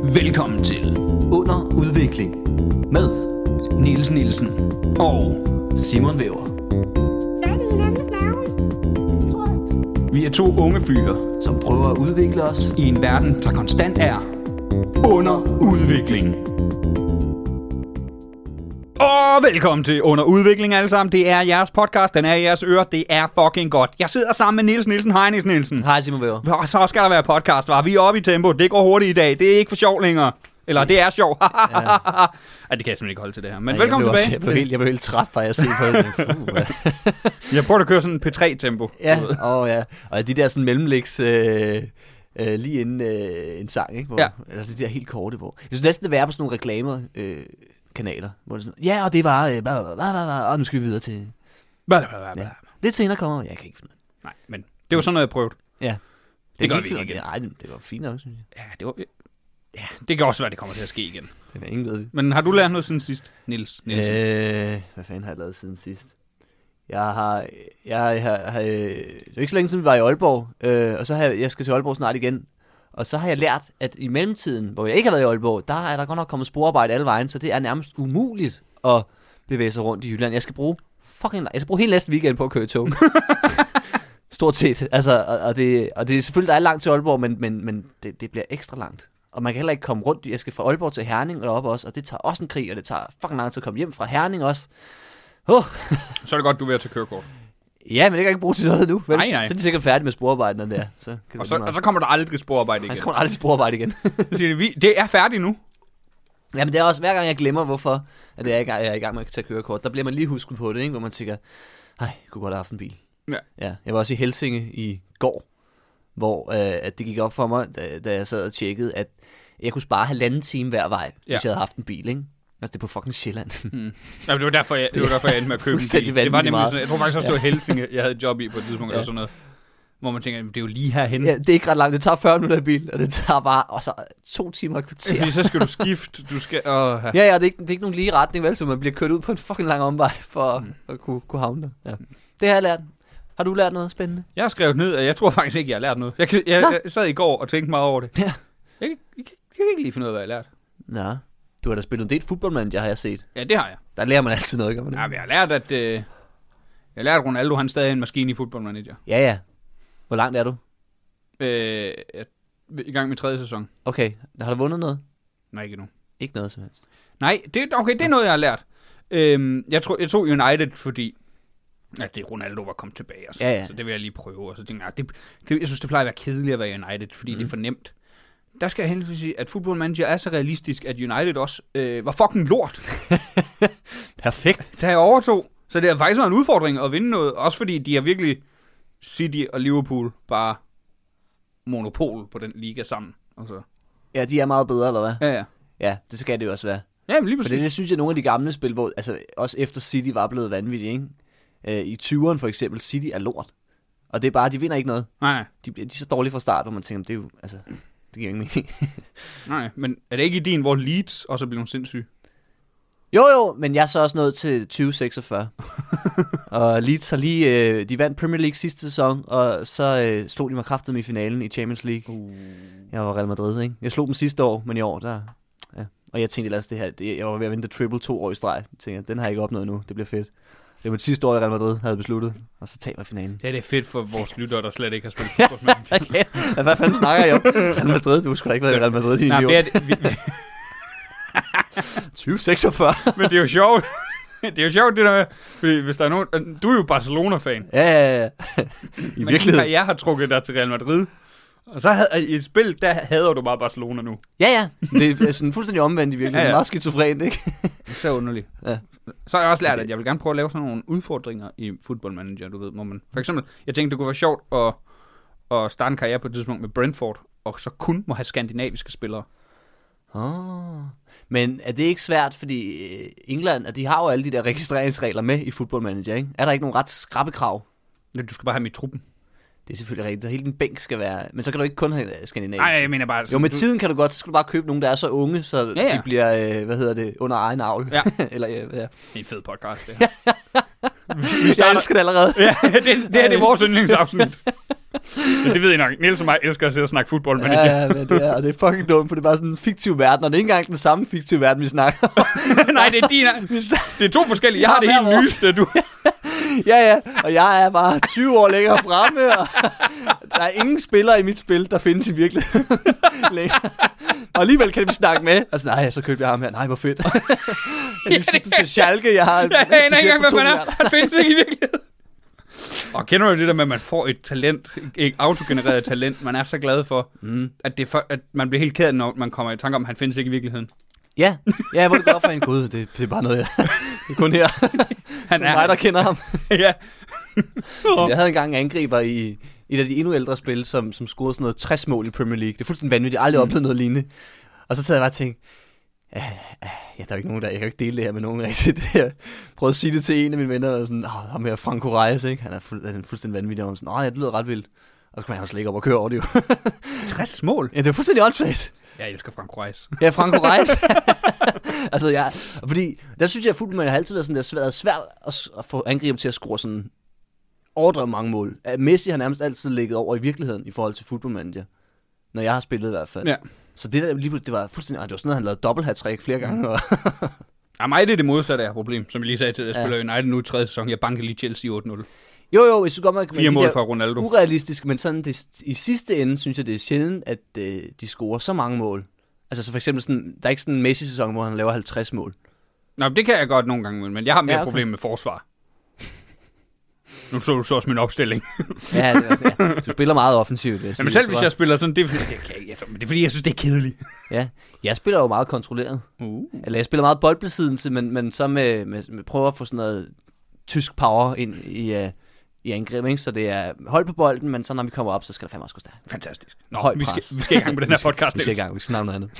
Velkommen til Under Udvikling med Niels Nielsen og Simon Væver. Så er det hinandens navn, tror jeg. vi er to unge fyre Som prøver at udvikle os. i en verden, der konstant er under udvikling. Og velkommen til Under Udvikling alle sammen. Det er jeres podcast, den er i jeres ører. Det er fucking godt. Jeg sidder sammen med Niels Nielsen. Hej Niels Nielsen. Hej Simon Væver. Og så skal der være podcast, var vi er oppe i tempo. Det går hurtigt i dag. Det er ikke for sjov længere. Eller det er sjov. Ja, det kan jeg simpelthen ikke holde til det her. Men velkommen tilbage. Jeg blev helt træt bare at se på det. Jeg prøver at køre sådan en P3-tempo. Ja, ja. Og de der sådan mellemlægs lige inden en sang, ikke? Hvor, ja. Altså de der helt korte, hvor... Jeg synes næsten, det være på sådan nogle reklamer... kanaler, hvor det sådan, ja, og det var, og nu skal vi videre til... Ja. Lidt senere kommer, jeg kan ikke finde det. Nej, men det var sådan noget, jeg prøvede. Ja. Det gør vi ikke igen. Nej, det var fint nok, synes jeg. Ja, det kan også være, det kommer til at ske igen. Det kan ingen vide. Men har du lært noget siden sidst, Niels Nielsen? Hvad fanden har jeg lavet siden sidst? Jeg har det er ikke så længe siden, vi var i Aalborg, og så jeg skal til Aalborg snart igen. Og så har jeg lært, at i mellemtiden, hvor jeg ikke har været i Aalborg, der er der godt nok kommet sporarbejde alle vejen, så det er nærmest umuligt at bevæge sig rundt i Jylland. Jeg skal bruge hele næste weekend på at køre i tog. Stort set. Altså, og det er selvfølgelig, der er langt til Aalborg, men det bliver ekstra langt. Og man kan heller ikke komme rundt. Jeg skal fra Aalborg til Herning og op også, og det tager også en krig, og det tager fucking lang tid at komme hjem fra Herning også. Så er det godt, du er ved at tage kørekort. Ja, men det kan jeg ikke bruge til noget nu. Vel? Nej. Så er de sikkert færdige med sporarbejdet, når det er. Og så kommer der aldrig sporarbejde igen. Så kommer der aldrig sporarbejde igen. Det er færdigt nu. Jamen det er også, hver gang jeg glemmer, hvorfor at jeg er i gang med at tage kørekort, der bliver man lige husket på det, ikke? Hvor man tænker, jeg kunne godt have haft en bil. Ja. Jeg var også i Helsinge i går, hvor at det gik op for mig, da jeg sad og tjekkede, at jeg kunne spare 1,5 time hver vej, hvis jeg havde haft en bil, ikke? Altså det er på fucking Sjælland. Ja, det var derfor jeg endte med at købe en bil. Det var nemlig sådan, jeg tror faktisk også, det var Helsinge, jeg havde et job i på et tidspunkt eller sådan noget. Hvor man tænker, det er jo lige herhen. Ja, det er ikke ret langt. Det tager 40 minutter i bil, og det tager bare også 2 timer og kvarter. Fordi så skal du skifte. Du skal... Ja, det er ikke nogen lige retning, vel? Så man bliver kørt ud på en fucking lang omvej for at kunne havne der. Ja. Det har jeg lært. Har du lært noget spændende? Jeg har skrevet ned, og jeg tror faktisk ikke, jeg har lært noget. Jeg sad i går og tænkte meget over det. Ja. Jeg kan ikke lige finde ud af, hvad jeg har lært. Nå, du har da spillet en del fodboldmanager, har jeg set. Ja, det har jeg. Der lærer man altid noget, gør man det? Ja, men jeg har lært, at Ronaldo, han stadig er en maskine i fodboldmanager. Ja. Hvor langt er du? I gang med 3. sæson. Okay, har du vundet noget? Nej, ikke endnu. Ikke noget som helst. Nej, det er noget, jeg har lært. Jeg tog United, fordi at det Ronaldo var kommet tilbage. Og så det vil jeg lige prøve. Og så tænkte jeg, jeg synes, det plejer at være kedeligt at være United, fordi det er for nemt. Der skal jeg heldigvis sige, at Football Manager er så realistisk, at United også var fucking lort. Perfekt. Da jeg overtog. Så det har faktisk været en udfordring at vinde noget. Også fordi de har virkelig City og Liverpool bare monopol på den liga sammen. Altså. Ja, de er meget bedre, eller hvad? Ja. Ja, det skal det jo også være. Ja, men lige præcis. For det synes jeg, nogle af de gamle spil, hvor, altså også efter City var blevet vanvittige, ikke? I 20'erne for eksempel, City er lort. Og det er bare, de vinder ikke noget. Nej. De er så dårlige fra start, hvor man tænker, det er jo, altså, det giver ingen mening. Nej, men er det ikke ideen, hvor Leeds også er blevet sindssyge? Jo, men jeg er så også nået til 2046. Og Leeds har lige, de vandt Premier League sidste sæson, og så slog de mig kraftigt i finalen i Champions League. Jeg var Real Madrid, ikke? Jeg slog dem sidste år, men i år, der... Ja. Og jeg tænkte ellers, jeg var ved at vinde triple 2 år i streg. Jeg tænkte, den har jeg ikke opnået nu, det bliver fedt. Det var mit sidste år i Real Madrid, havde besluttet, og så taber finalen. Ja, det er fedt for vores lyttere, der slet ikke har spillet fodbold. Okay. Hvad fanden snakker jeg om? Real Madrid, du skulle da ikke være i Real Madrid, din idiot. 2046. Men det er jo sjovt. Det er jo sjovt, det der med, fordi hvis der er nogen... Du er jo Barcelona-fan. Ja. I virkeligheden. Jeg har trukket dig til Real Madrid. Og så i et spil, der hader du bare Barcelona nu. Ja. Det er sådan fuldstændig omvendt i virkeligheden. Ja. Meget skizofrent, ikke? Så underligt. Ja. Så har jeg også lært, at jeg vil gerne prøve at lave sådan nogle udfordringer i Football Manager, du ved, hvor man... For eksempel, jeg tænkte, det kunne være sjovt at starte en karriere på et tidspunkt med Brentford, og så kun må have skandinaviske spillere. Men er det ikke svært, fordi England, at de har jo alle de der registreringsregler med i Football Manager, ikke? Er der ikke nogen ret skrappe krav? Du skal bare have mit truppen. Det er selvfølgelig rigtigt. Hele din bænk skal være... Men så kan du ikke kun have skandinavisk. Nej, jeg mener bare... Jo, med tiden kan du godt... Så skal du bare købe nogen, der er så unge, så de bliver, under egen avl. Ja. Eller, ja. Det er en fed podcast, det her. Jeg elsker det allerede. Ja, det er vores yndlingsafsnit. Ja, det ved I nok. Niels og mig elsker at sidde og snakke fodbold med Ja, men det er fucking dumt, for det er bare sådan en fiktiv verden, og det er ikke engang den samme fiktive verden, vi snakker om. Nej, det er din. Det er 2 forskellige. Jeg har det helt nyeste, du. Ja, og jeg er bare 20 år længere fremme, og der er ingen spillere i mit spil, der findes i virkeligheden længere. Og alligevel kan vi snakke med. Altså, nej, så købte jeg ham her. Nej, hvor fedt. Jeg skal til Schalke, jeg har... Jeg aner ikke engang, hvad man er. Han findes ikke i virkeligheden. Og kender du det der med, at man får et talent, et autogenereret talent, man er så glad for, at man bliver helt ked af, når man kommer i tanke om, at han findes ikke i virkeligheden? Ja, hvor det går for en gud. Det er bare noget, det er kun her. Han er mig, der kender ham. Ja. Jeg havde engang en angriber i et af de endnu ældre spil, som scorede sådan noget 60 mål i Premier League. Det er fuldstændig vanvittigt. Jeg har aldrig oplevet noget lignende. Og så sad jeg bare og tænkte, ja, der er ikke nogen, jeg kan jo ikke dele det her med nogen rigtigt. Jeg prøvede at sige det til en af mine venner, og sådan, ham her Franco Reis, ikke? Han er fuldstændig vanvittig, og sådan, ja, det lyder ret vildt. Og så kan man jo slet ikke op og køre over det jo. 60 mål? Ja, det er fuldstændig åndssvagt. Jeg elsker Franco Reis. Ja, Franco Reis. Altså, ja, fordi der synes jeg, at fodboldmand har altid været sådan, det er svært at få angriber til at score sådan overdrevet mange mål. Messi har nærmest altid ligget over i virkeligheden i forhold til fodboldmanager, når jeg har spillet i hvert fald. Ja. Så det der lige pludselig, det var fuldstændig, det var sådan noget, han lavede dobbelt-hat-trick flere gange. Og ja, mig det er det modsatte af problem, som jeg lige sagde til, at jeg spiller United nu i 3. sæson. Jeg banker lige Chelsea 8-0. Jo, jeg synes godt, man 4 mål fra Ronaldo. Urealistisk, men sådan det, i sidste ende synes jeg, det er sjældent, at de scorer så mange mål. Altså så for eksempel sådan, der er ikke sådan en Messi-sæson, hvor han laver 50 mål. Nå, det kan jeg godt nogle gange, men jeg har mere problem med forsvar. Nu så du så også min opstilling. Ja, du spiller meget offensivt. Men selv hvis jeg spiller sådan, det er fordi, jeg synes, det er kedeligt. Ja, jeg spiller jo meget kontrolleret. Eller jeg spiller meget boldbesiddelse, men så med prøver at få sådan noget tysk power ind i angreb, ikke? Så det er hold på bolden, men så når vi kommer op, så skal der fandme også gå stærkt. Fantastisk. Nå, vi skal i gang med den her podcast. Vi skal i gang, vi skal snakke noget andet.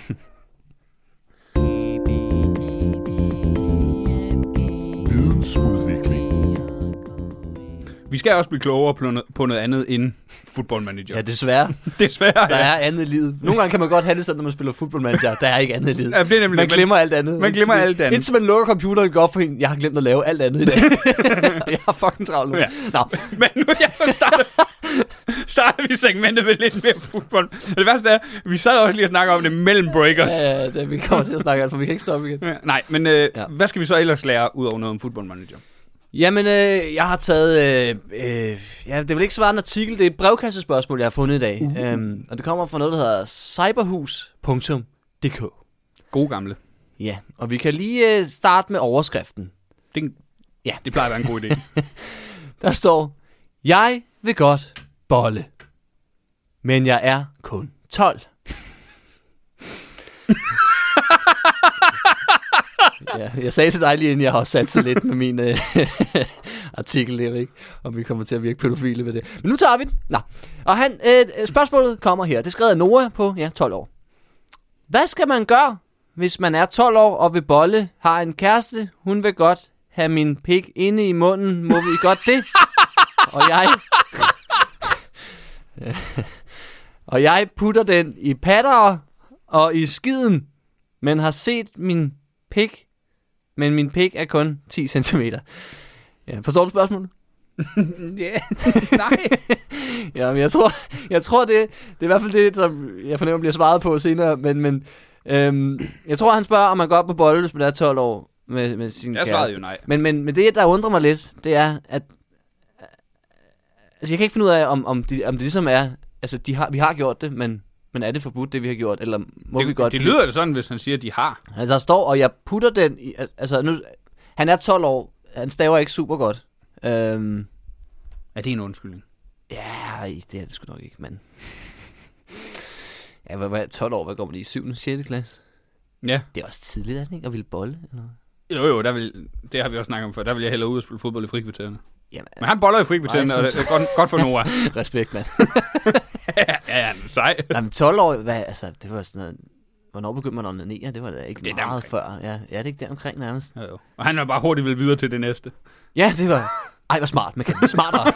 Vidensudvikling. Vi skal også blive klogere på noget andet end Football Manager. Ja, desværre. Desværre, der er andet i livet. Nogle gange kan man godt have det sådan, når man spiller Football Manager. Der er ikke andet i livet. Ja, det er nemlig, man glemmer alt andet. Man glemmer alt andet. Indtil man lukker computeren, går op for hende. Jeg har glemt at lave alt andet i dag. Jeg har fucking travlt nu. Ja. Nå. Men nu jeg så starter vi segmentet med lidt mere fodbold. Det værste er, vi sad også lige og snakkede om det mellem breakers. Ja, det vi kommer til at snakke om, for vi kan ikke stoppe igen. Ja, nej, men hvad skal vi så ellers lære ud over noget om Football Manager? Jamen, jeg har taget... det vil ikke svare en artikel. Det er et brevkassespørgsmål, jeg har fundet i dag. Og det kommer fra noget, der hedder cyberhus.dk. God gamle. Ja, og vi kan lige starte med overskriften. Det plejer at være en god idé. Der står, jeg vil godt bolle, men jeg er kun 12. Ja, jeg sagde til dig lige inden, jeg har satset lidt med min artikel, jeg ved ikke, om vi kommer til at virke pædofile med det. Men nu tager vi den. Nå. Og spørgsmålet kommer her. Det er skrevet af Noah på 12 år. Hvad skal man gøre, hvis man er 12 år og vil bolle, har en kæreste, hun vil godt have min pik inde i munden, må vi godt det? Og jeg putter den i patter og i skiden, men har set min pik, men min pik er kun 10 cm. Ja, forstår du spørgsmålet? Ja, nej. Ja, men jeg tror det er i hvert fald det, som jeg fornemmer bliver svaret på senere, men jeg tror, han spørger, om man går op på bolle, hvis man er 12 år med sin kæreste. Jeg svarede jo nej. Men det, der undrer mig lidt, det er, at altså, jeg kan ikke finde ud af, om det ligesom er, altså vi har gjort det, men er det forbudt, det vi har gjort, eller må vi godt? Det lyder det sådan, hvis han siger, at de har. Altså, der står, og jeg putter den i, altså nu, han er 12 år, han staver ikke super godt. Er det en undskyldning? Ja, det er det sgu nok ikke, men... Ja, hvad er 12 år? Hvad går man i 7. og 6. klasse? Ja. Det er også tidligt, er det ikke? At ville bolle, eller? Jo, det har vi også snakket om før. Der vil jeg hellere ud og spille fodbold i frikvartererne. Jamen, men han boller i frikvartererne, og det er godt for Noah. Respekt, mand. Ja, sej. Nej, men 12 år, det var sådan noget... Hvornår begyndte man at onanere? Det var da ikke det meget før. Ja, det er ikke der omkring nærmest. Jo. Og han var bare hurtigt vel videre til det næste. Ja, det var... Ej, hvor smart. Man kan blive smartere.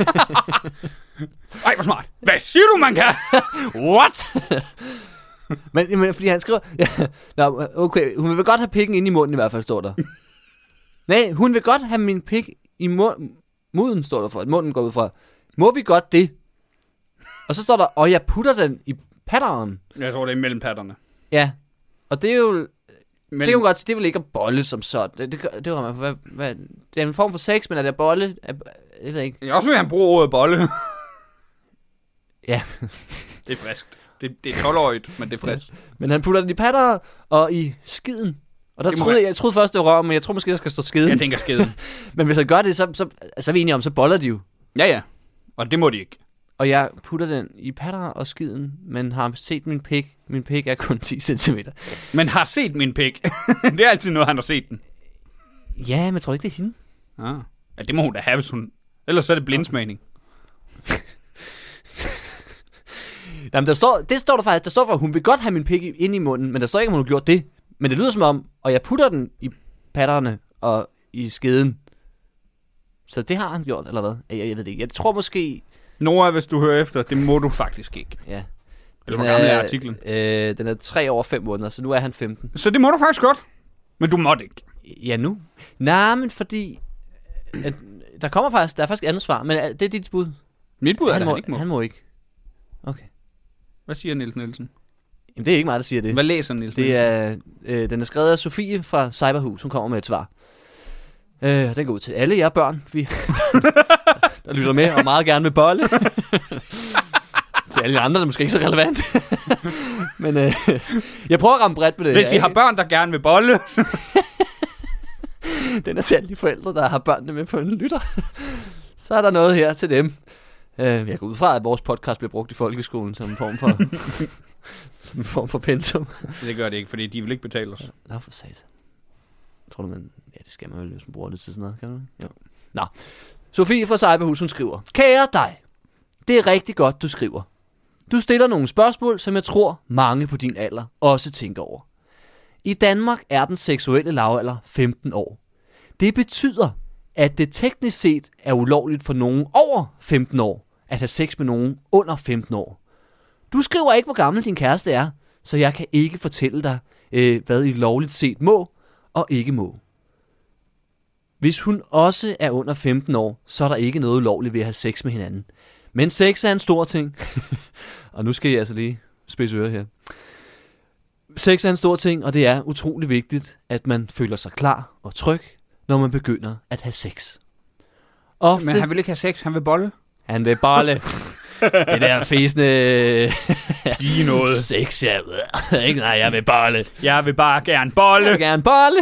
Ej, hvor smart. Hvad siger du, man kan? What? men fordi han skriver... Ja, okay, hun vil godt have pikken inde i munden i hvert fald, står der. Nej, hun vil godt have min pik i muden, står der for, at munden går ud fra. Må vi godt det? Og så står der, og jeg putter den i patteren. Jeg tror, det er mellem patterne. Ja, og det er jo... Men... Det kan man godt sige, det vil ikke at bolle som sådan. Det var man hvad, det er en form for sex, men er det bolle? Jeg ved ikke. Jeg også vil han bruge ordet bolle. Ja. Det er friskt. Det er 12-årigt, men det er frisk. Ja. Men han putter den i patter og i skiden. Og der jeg troede først, det var røv, men jeg tror måske, der skal stå skiden. Jeg tænker skiden. Men hvis han gør det, så er vi enige om, så boller de jo. Ja. Og det må de ikke. Og jeg putter den i patter og skiden, men har set min pik. Min pik er kun 10 cm. Men har set min pik. Det er altid noget, han har set den. Ja, men jeg tror ikke, det er hende. Ja, det må hun da have, hvis hun... Ellers så er det blindsmagning. Jamen, det står der faktisk. Der står for, at hun vil godt have min pik ind i munden, men der står ikke, om hun har gjort det. Men det lyder som om, og jeg putter den i patterne og i skeden. Så det har han gjort, eller hvad? Jeg ved det ikke. Jeg tror måske... Nora, hvis du hører efter, det må du faktisk ikke. Ja. Eller hvor gammel er artiklen? Den er 3 år 5 måneder, så nu er han 15. Så det må du faktisk godt. Men du måtte ikke. Ja, nu? Nej, men fordi... der er faktisk andet svar, men det er dit bud. Mit bud er, at han ikke må. Han må ikke. Okay. Hvad siger Niels Nielsen? Jamen, det er ikke mig, der siger det. Hvad læser Niels Nielsen? Den er skrevet af Sofie fra Cyberhus. Hun kommer med et svar. Den går ud til alle jer børn, der lytter med og meget gerne vil bolle. Til alle andre, der er måske ikke så relevant. Men jeg prøver at ramme bredt med det. Hvis I har børn, der gerne vil bolle. Den er til alle de forældre, der har børnene med på en lytter. Så er der noget her til dem. Jeg går ud fra, at vores podcast bliver brugt i folkeskolen som en form for pensum. Det gør det ikke, fordi de vil ikke betale os. Nå, for satan. Tror du, ja, det skal man jo, hvis man bruger det til sådan noget, kan du? Jo. Nå. Sofie fra Cyberhus, hun skriver: Kære dig, det er rigtig godt, du skriver. Du stiller nogle spørgsmål, som jeg tror, mange på din alder også tænker over. I Danmark er den seksuelle lavalder 15 år. Det betyder, at det teknisk set er ulovligt for nogen over 15 år at have sex med nogen under 15 år. Du skriver ikke, hvor gammel din kæreste er, så jeg kan ikke fortælle dig, hvad I lovligt set må og ikke må. Hvis hun også er under 15 år, så er der ikke noget ulovligt ved at have sex med hinanden. Men sex er en stor ting. Og nu skal jeg altså lige spidse ører her. Sex er en stor ting, og det er utrolig vigtigt, at man føler sig klar og tryg, når man begynder at have sex. Ofte, men han vil ikke have sex, han vil bolle. Han vil bolle. Det der fæsende... Lige noget. Sex, jeg ved ikke. Nej, jeg vil bolle. Jeg vil bare gerne bolle. Jeg vil gerne bolle.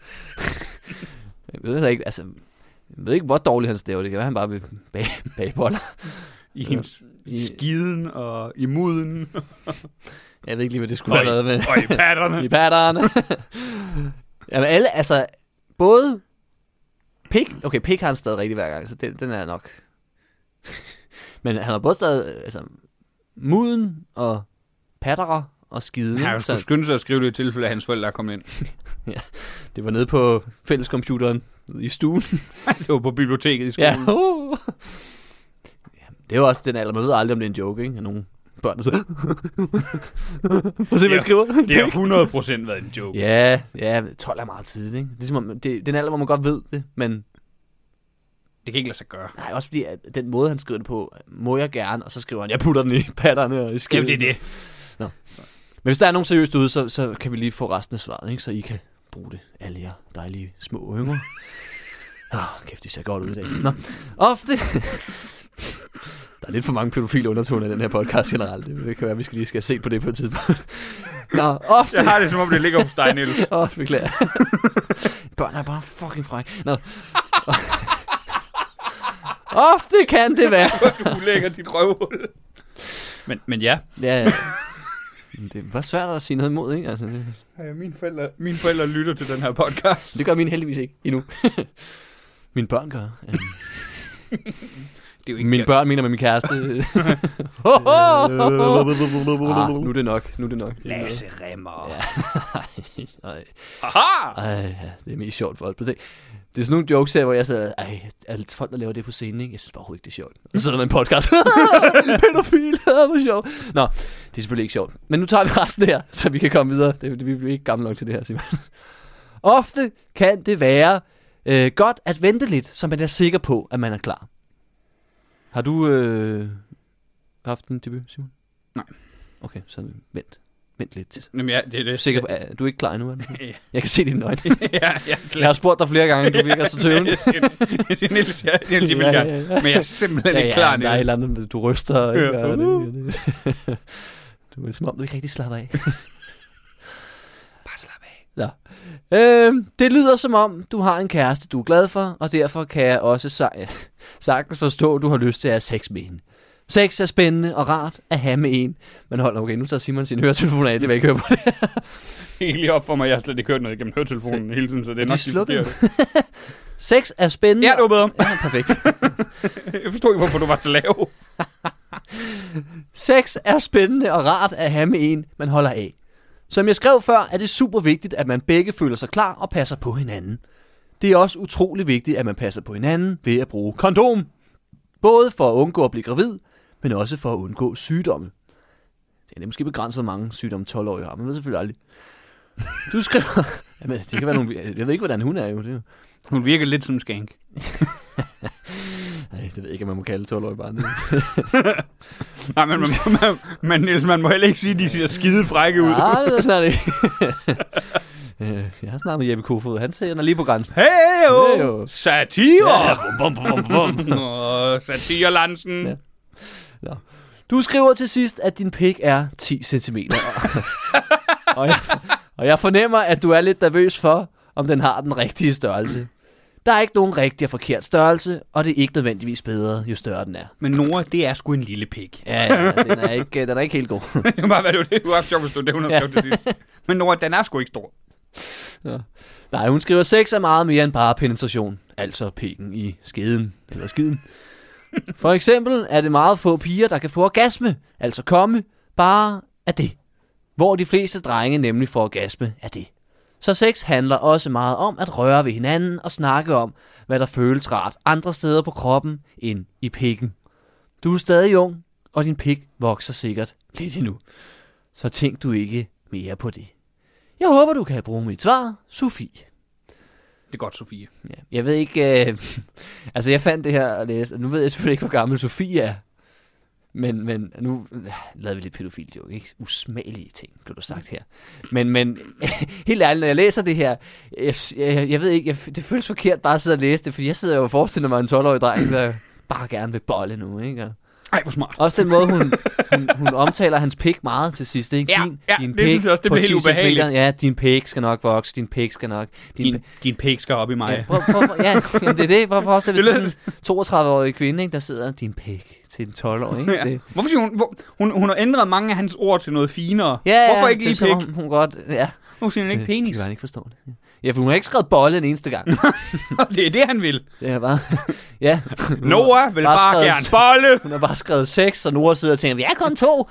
Jeg ved ikke, hvor dårligt han staver. Det kan være, han bare vil bage boller. I skiden og i muden. Jeg ved ikke lige, hvad det skulle have været med. Og i patterne. I patterne. Jamen alle, altså, både pik, okay, pik har han stadig rigtig hver gang, så den er nok. Men han har både stadig, altså, muden og pattere og skide. Han skulle skynde sig at skrive det i tilfælde, at hans forældre er kommet ind. Ja, det var nede på fællescomputeren i stuen. Det var på biblioteket i skolen. Ja. Det er jo også den alder, man ved aldrig, om det er en joke, ikke? Nogle børn, der så... Prøv at se, hvad jeg skriver. Det har 100% været en joke. Ja, 12 er meget tidligt, ikke? Ligesom, det er den alder, hvor man godt ved det, men... Det kan ikke lade sig gøre. Nej, også fordi at den måde, han skriver det på, må jeg gerne, og så skriver han, jeg putter den i patterne og i skeden. Jamen, det er det. Nå. Men hvis der er nogen seriøst ude, så kan vi lige få resten af svaret, ikke? Så I kan bruge det, alle jer dejlige små yngre. Kæft, de ser godt ud i dag. Nå, ofte... Der er lidt for mange pædofile undertoner i den her podcast generelt. Det kan være, at vi lige skal se på det på et tidspunkt. Nå, ofte... Jeg har det, som om det ligger hos dig, Niels. Beklager. Børn er bare fucking fræk. Nå. Ofte kan det være. Du lægger dit røvhul. Men ja. Ja. Det var svært at sige noget imod, ikke? Altså, det... Mine forældre lytter til den her podcast. Det gør mine heldigvis ikke endnu. Mine børn gør. Det er jo ikke mine børn mener med min kæreste. Nu er det nok. Lasse Remmer. Ja. Aha! Det er mest sjovt for alt. Det er sådan nogle jokes her, hvor jeg sidder, alle folk, der laver det på scenen, ikke? Jeg synes bare overhovedet ikke, det er sjovt. Og så sidder der en podcast. Pædofil, hvor sjovt. Nå, det er selvfølgelig ikke sjovt. Men nu tager vi resten her, så vi kan komme videre. Vi bliver ikke gamle nok til det her, Simon. Ofte kan det være Godt at vente lidt, så man er sikker på, at man er klar. Har du haft en debut, Simon? Nej. Okay, så vent lidt. Jamen, ja, det. Sikker på, du er ikke klar endnu? Ja. Jeg kan se dine øjne. Jeg har spurgt dig flere gange, du virker så tøvende. Jeg siger, Niels, jeg vil gerne. Men jeg er simpelthen ikke klar, Niels. Der er et eller andet, du ryster. Ikke? Du er som om, du ikke rigtig slapper af. Bare slap af. Nå. Det lyder som om, du har en kæreste, du er glad for, og derfor kan jeg også sagtens forstå, at du har lyst til at have sex med hende. Sex er spændende og rart at have med en. Men hold okay, nu tager Simon sin høretelefon af, det vil jeg ikke høre på det. Helt lige op for mig, jeg har slet ikke hørt noget igennem høretelefonen hele tiden, så det er nok slukket. Sex er spændende. Ja, det var bedre. Ja, perfekt. Jeg forstod ikke, hvorfor du var så lav. Sex er spændende og rart at have med en, man holder af. Som jeg skrev før, er det super vigtigt, at man begge føler sig klar og passer på hinanden. Det er også utrolig vigtigt, at man passer på hinanden ved at bruge kondom. Både for at undgå at blive gravid, men også for at undgå sygdomme. Det er måske begrænset mange sygdomme 12-årige har, men ved selvfølgelig aldrig. Du skriver... Jamen, det kan være nogle... Jeg ved ikke, hvordan hun er jo. Det. Hun virker lidt som en skank. Nej, det ved jeg ikke, om man må kalde 12-årige barn. Nej, men Niels, man må heller ikke sige, at de ser skide frække ud. Nej, det er snart ikke. Jeg har snart med Jeppe Kofod. Han sender lige på grænsen. Hey-o! Satire! Ja, bum, bum, bum. Satire-lansen. Ja. Ja. Du skriver til sidst, at din pik er 10 cm. og jeg fornemmer, at du er lidt nervøs for, om den har den rigtige størrelse. Der er ikke nogen rigtig og forkert størrelse, og det er ikke nødvendigvis bedre, jo større den er. Men Nora, det er sgu en lille pik. Ja, den er ikke helt god. Det er bare, hvad det var sjovt, hvis du det, hun har skrevet til sidst. Men Nora, den er sgu ikke stor. Ja. Nej, hun skriver, sex er meget mere end bare penetration. Altså pikken i skeden, eller skiden. For eksempel er det meget få piger, der kan få orgasme, altså komme, bare af det. Hvor de fleste drenge nemlig får orgasme af det. Så sex handler også meget om at røre ved hinanden og snakke om, hvad der føles rart andre steder på kroppen end i pikken. Du er stadig ung, og din pik vokser sikkert lidt endnu. Så tænk du ikke mere på det. Jeg håber, du kan bruge mit svar, Sofie. Det er godt, Sofie. Ja, jeg ved ikke... altså, jeg fandt det her og læste... Nu ved jeg selvfølgelig ikke, hvor gammel Sofie er. Men nu lavede vi lidt pædofil joke, ikke? Usmagelige ting, blev der sagt her. Men helt ærligt, når jeg læser det her... Jeg ved ikke... det føles forkert bare at sidde og læse det, fordi jeg sidder jo og forestiller mig en 12-årig dreng, der bare gerne vil bolle nu, ikke? Ej, hvor smart. Også den måde, hun omtaler hans pik meget til sidst, ikke? Din det synes jeg også, det bliver helt ubehageligt. Ja, din pik skal nok vokse, din pik skal nok... Din pik skal op i mig. Ja, det er det. Hvorfor også det er sådan en 32-årig kvinde, ikke, der sidder din pik til en 12-årig, ikke? Ja. Hvorfor siger hun har ændret mange af hans ord til noget finere. Ja, hvorfor ikke lige pik? Hun godt... Ja. Hvorfor siger hun ikke penis? Det kan ikke forstå det. Ja, for hun har ikke skrevet bolle en eneste gang. Det er det, han vil. Det er bare... Ja. Noah vil bare gerne bolle. Hun har bare skrevet 6, og Nora sidder og tænker, vi er kun 2.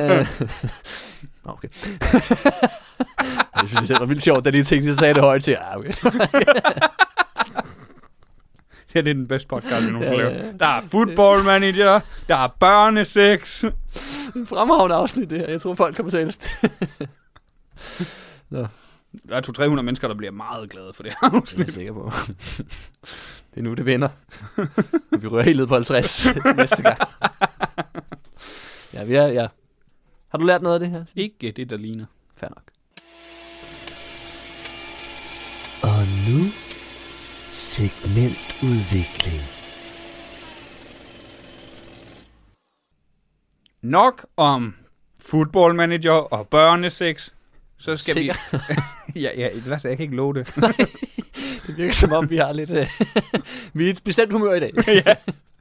Okay. Jeg synes, det var vildt sjovt, da de tænkte, jeg sagde det højt til. Ja, okay. Det er den bedste podcast, vi nogensinde laver. Der er football manager, der er børnesex. Fremragende afsnit, det her. Jeg tror, folk kommer til at elske det. Nå. Der er 200-300 mennesker, der bliver meget glade for det her afsnit. Det er jeg sikker på. Det er nu, det vender. Vi rører helt ned på 50 næste gang. Ja. Har du lært noget af det her? Ikke det, der ligner. Fair nok. Og nu segmentudvikling. Nok om football manager og børnesex. Så skal vi... ja, jeg kan ikke love det. Nej, det virker som om, vi har lidt... vi er et bestemt humør i dag. Ja.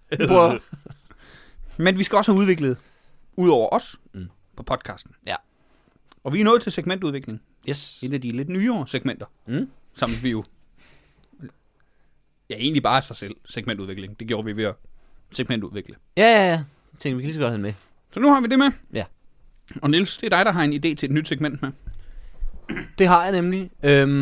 Men vi skal også have udviklet, ud over os, på podcasten. Ja. Og vi er nået til segmentudvikling. Yes. En af de lidt nyere segmenter, som vi jo... Ja, egentlig bare sig selv, segmentudvikling. Det gjorde vi ved at segmentudvikle. Ja. Jeg tænkte, vi kan lige så godt have den med. Så nu har vi det med. Ja. Og Niels, det er dig, der har en idé til et nyt segment med. Det har jeg nemlig.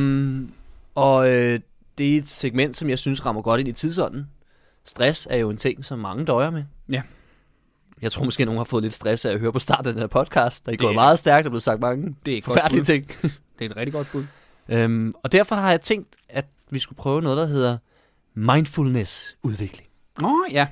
Det er et segment, som jeg synes rammer godt ind i tidsånden. Stress er jo en ting, som mange døjer med. Ja. Jeg tror måske, nogen har fået lidt stress af at høre på starten af den her podcast. Der er gået meget stærkt og blevet sagt mange det er forfærdelige ting. Det er et rigtig godt bud. Og derfor har jeg tænkt, at vi skulle prøve noget, der hedder mindfulness-udvikling. Ja.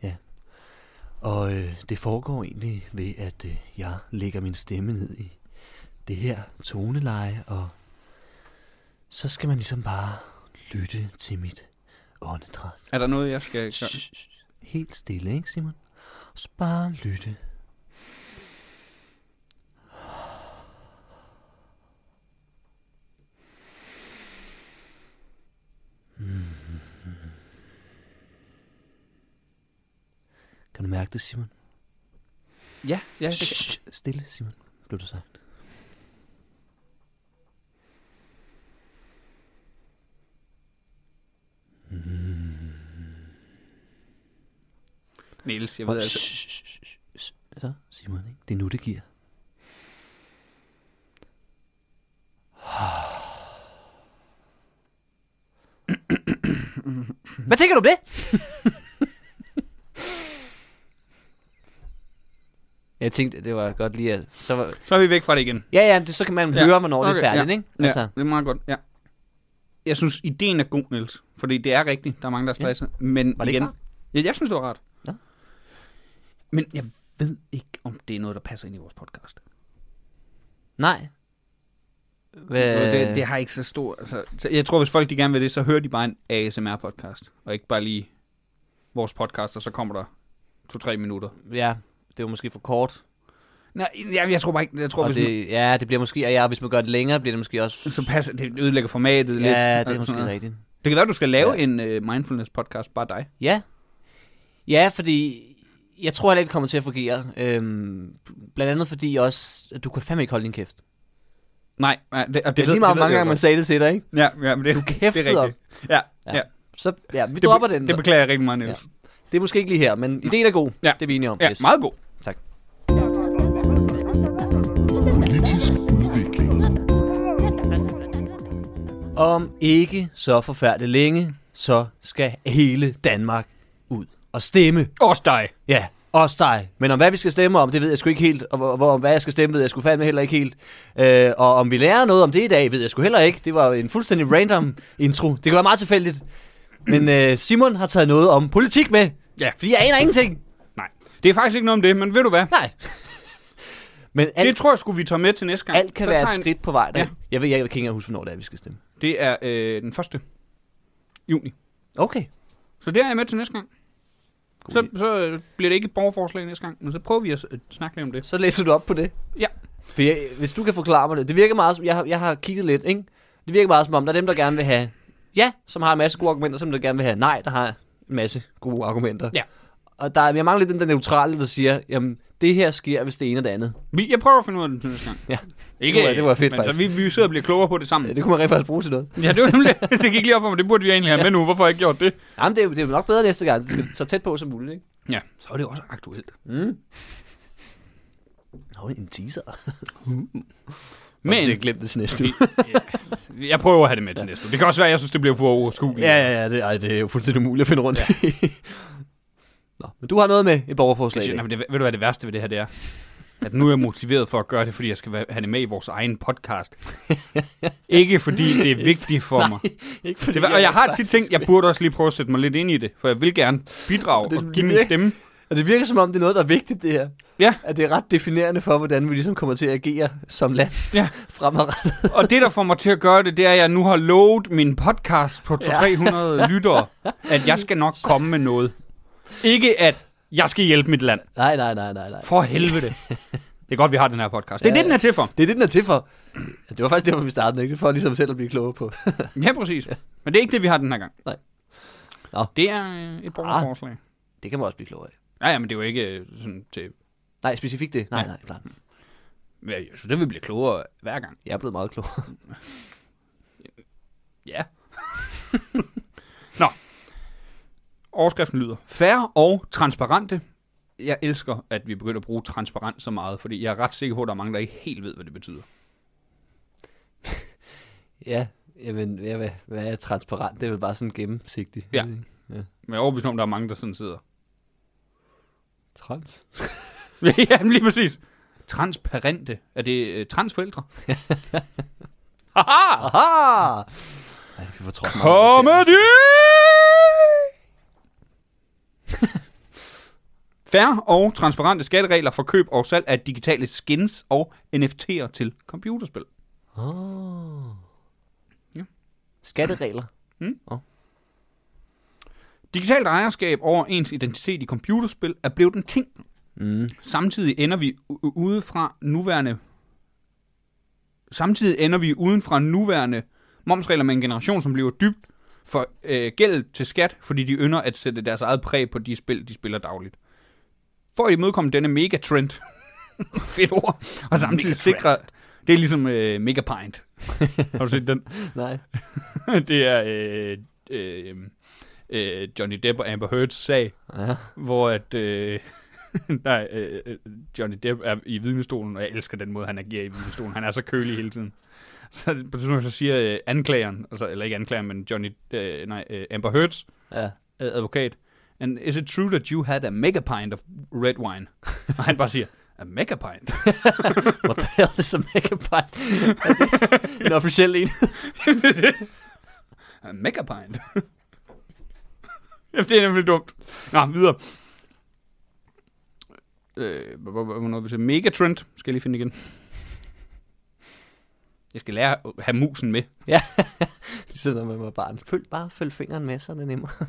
Og det foregår egentlig ved, at jeg lægger min stemme ned i det her toneleje, og så skal man ligesom bare lytte til mit åndedræt. Er der noget, jeg skal gøre? Helt stille, ikke Simon? Og så bare lytte. Kan du mærke det, Simon? Ja. Stille, Simon, blev det sagt. Niels, jeg ved altså... Så, Simon, ikke? Det er nu, det giver. Hvad tænker du om det? Jeg tænkte, det var godt lige at... Så er vi væk fra det igen. Ja, så kan man høre, hvornår det er færdigt, ikke? Altså. Ja, det er meget godt, ja. Jeg synes, ideen er god, Niels. Fordi det er rigtigt, der er mange, der er stresset. Ja. Men var det igen... ikke Ja, jeg synes, det var rart. Ja. Men jeg ved ikke, om det er noget, der passer ind i vores podcast. Nej. Det har ikke så stor... Altså, jeg tror, hvis folk de gerne vil det, så hører de bare en ASMR-podcast. Og ikke bare lige vores podcast, og så kommer der 2-3 minutter. Ja, det er måske for kort. Nej, jeg tror bare ikke... Jeg tror, og det bliver måske... Ja, hvis man gør det længere, bliver det måske også... Så passer det ødelægger formatet lidt. Ja, det er måske rigtigt. Det kan være, du skal lave en mindfulness-podcast, bare dig. Ja, fordi... Jeg tror heller ikke, det kommer til at fungere. Blandt andet fordi også... Du kan fandme ikke holde din kæft. Nej, det er lige meget mange gange, man sagde det til dig, ikke? Ja, men det er rigtigt. Ja. Så vi dropper den. Det beklager jeg rigtig meget, Niels. Ja. Det er måske ikke lige her, men ideen er god. Ja. Det er vi enige om. Ja, meget god. Tak. Politisk udvikling. Om ikke så forfærdeligt længe, så skal hele Danmark ud og stemme. Også dig. Ja, også dig. Men om hvad vi skal stemme om, det ved jeg sgu ikke helt. Og om hvad jeg skal stemme, ved jeg sgu fandme heller ikke helt. Og om vi lærer noget om det i dag, ved jeg sgu heller ikke. Det var en fuldstændig random intro. Det kan være meget tilfældigt. Men Simon har taget noget om politik med. Ja. Fordi jeg aner ingenting. Nej, det er faktisk ikke noget om det, men ved du hvad? Nej. Men det tror jeg skulle vi tage med til næste gang. Alt kan være et skridt på vej der. Ja. Jeg kan ikke engang huske, hvornår det er, vi skal stemme. Det er den 1. juni. Okay. Så det er jeg med til næste gang. Så bliver det ikke et borgerforslag næste gang, men så prøver vi at snakke lidt om det. Så læser du op på det? Ja. For hvis du kan forklare mig det. Det virker meget som, jeg har kigget lidt, ikke? Det virker meget som om, der er dem, der gerne vil have ja, som har en masse gode argumenter, som der gerne vil have nej, der har en masse gode argumenter. Ja. Og jeg mangler lidt den der neutrale, der siger, jamen, det her sker, hvis det ene og det andet. Jeg prøver at finde ud af det til næste gang. Ja. Ikke, det var fedt, men faktisk. Så vi sidder og bliver klogere på det sammen. Ja, det kunne man rent faktisk bruge til noget. Ja, det var nemlig, det gik lige op for mig, det burde vi egentlig have med nu. Hvorfor har jeg ikke gjort det? Jamen, det er jo nok bedre næste gang. Det skal så tæt på som muligt, ikke? Ja, så er det også aktuelt. En teaser. Men jeg glemte det til næste uge. Jeg prøver at have det med til næste uge. Det kan også være, at jeg synes, det bliver for overskueligt. Ja, det er jo fuldstændig umuligt at finde rundt i. Nå, men du har noget med et borgerforslag. Ved du, hvad det værste ved det her det er? At nu er jeg motiveret for at gøre det, fordi jeg skal have det med i vores egen podcast. Ikke fordi det er vigtigt for mig. Ikke fordi og jeg har tit tænkt, jeg burde også lige prøve at sætte mig lidt ind i det, for jeg vil gerne bidrage og give min stemme. Og det virker som om, det er noget, der er vigtigt, det her. Ja. At det er ret definerende for, hvordan vi ligesom kommer til at agere som land fremadrettet. Og det, der får mig til at gøre det, det er, at jeg nu har lovet min podcast på 300 lyttere, at jeg skal nok komme med noget. Ikke at jeg skal hjælpe mit land. Nej. For helvede. Det er godt, vi har den her podcast. Det er det, den er til for. Det er det, den er til for. Det var faktisk derfor, vi startede, ikke? For ligesom selv at blive klogere på. Ja, præcis. Men det er ikke det, vi har den her gang. Nej. Nå. Det er et borgerforslag. Det kan man også blive klogere af. Ja, men det er jo ikke sådan til... Nej, specifikt det. Nej, klart. Men jeg synes, det vil blive klogere hver gang. Jeg er blevet meget klogere. Ja. Nå. Overskriften lyder: fair og transparente. Jeg elsker, at vi begynder at bruge transparent så meget, fordi jeg er ret sikker på, at der er mange, der ikke helt ved, hvad det betyder. Ja, jamen, hvad er transparent? Det er vel bare sådan gennemsigtigt. Ja. Men jeg er overbevist om, der er mange, der sådan sidder. Trans? Ja, lige præcis. Transparente. Er det transforældre? Haha! Ej, fortrådt mig. Comedy! Fair og transparente skatteregler for køb og salg af digitale skins og NFT'er til computerspil. Ja. Skatteregler. Digitalt ejerskab over ens identitet i computerspil er blevet en ting. Samtidig ender vi uden fra nuværende momsregler med en generation, som bliver dybt for gæld til skat, fordi de ynder at sætte deres eget præg på de spil, de spiller dagligt. For at imødekomme denne megatrend, fedt ord, og samtidig sikre, det er ligesom Megapint. Har du set den? Nej. Det er Johnny Depp og Amber Heard's sag, hvor at Johnny Depp er i vidnestolen, og jeg elsker den måde, han agerer i vidnestolen. Han er så kølig hele tiden. Så på tidspunkt så siger anklageren, altså, eller ikke anklageren, men Amber Heard's advokat, and is it true that you had a megapint of red wine? Og han bare siger, a megapint? What the hell is a megapint? En officiel en. A megapint? Det er nemlig dumt. Nå, videre. Hvornår vi siger megatrend, skal jeg lige finde igen. Jeg skal lære at have musen med. Ja, ligesom når man var barn. Følg fingeren med, så er det nemmere.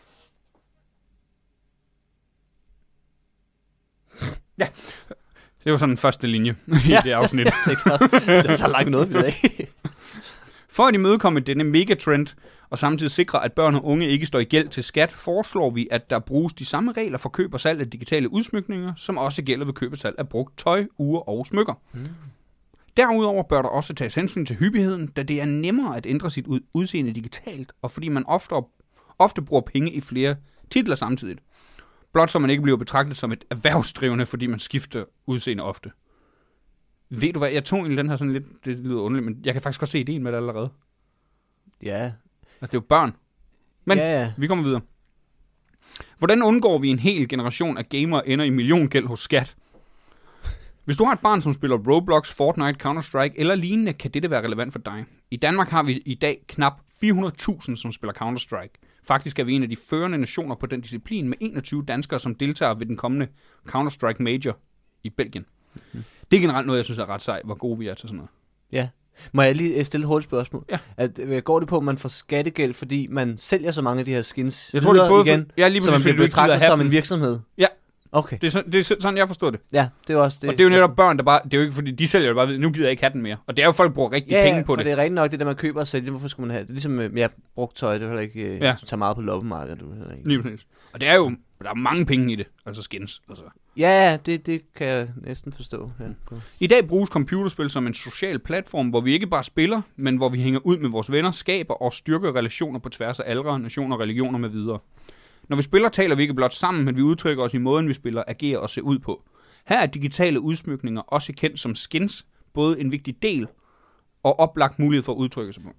Ja, det var sådan den første linje i det afsnit. Det er så langt noget, vi ikke. For at imødekomme denne megatrend, og samtidig sikre, at børn og unge ikke står i gæld til skat, foreslår vi, at der bruges de samme regler for køb og salg af digitale udsmykninger, som også gælder ved køb og salg af brugt tøj, ure og smykker. Derudover bør der også tages hensyn til hyppigheden, da det er nemmere at ændre sit udseende digitalt, og fordi man ofte bruger penge i flere titler samtidigt. Blot så man ikke bliver betragtet som et erhvervsdrivende, fordi man skifter udseende ofte. Ved du hvad, jeg tog den her sådan lidt, det lyder underligt, men jeg kan faktisk godt se ideen med det allerede. Ja. Altså, det er jo børn. Men vi kommer videre. Hvordan undgår vi en hel generation af gamere ender i milliongæld hos skat? Hvis du har et barn, som spiller Roblox, Fortnite, Counter-Strike eller lignende, kan dette være relevant for dig. I Danmark har vi i dag knap 400.000, som spiller Counter-Strike. Faktisk er vi en af de førende nationer på den disciplin med 21 danskere, som deltager ved den kommende Counter-Strike Major i Belgien. Det er generelt noget, jeg synes er ret sejt, hvor gode vi er til sådan noget. Ja. Må jeg lige stille et hurtigt spørgsmål? Ja. Går det på, at man får skattegæld, fordi man sælger så mange af de her skins jeg tror, det er både igen, så man bliver betragtet som en virksomhed? Ja. Okay. Det er sådan, jeg forstår det. Ja, det er også det. Og det er jo netop børn, der bare, det er jo ikke fordi, de sælger det bare, nu gider jeg ikke have den mere. Og det er jo folk, der bruger rigtig penge på det. Ja, det er rigtigt nok, det der man køber og sælger, hvorfor skulle man have det? Ligesom brugt tøj, det er heller ikke, du tager meget på loppemarkedet. Lige præcis. Og det er jo, der er mange penge i det, altså skins. Altså. Ja, det kan jeg næsten forstå. Ja. I dag bruges computerspil som en social platform, hvor vi ikke bare spiller, men hvor vi hænger ud med vores venner, skaber og styrker relationer på tværs af aldre, nationer, religioner med videre. Når vi spiller, taler vi ikke blot sammen, men vi udtrykker os i måden, vi spiller, agerer og ser ud på. Her er digitale udsmykninger også kendt som skins, både en vigtig del og oplagt mulighed for at udtrykke sig på.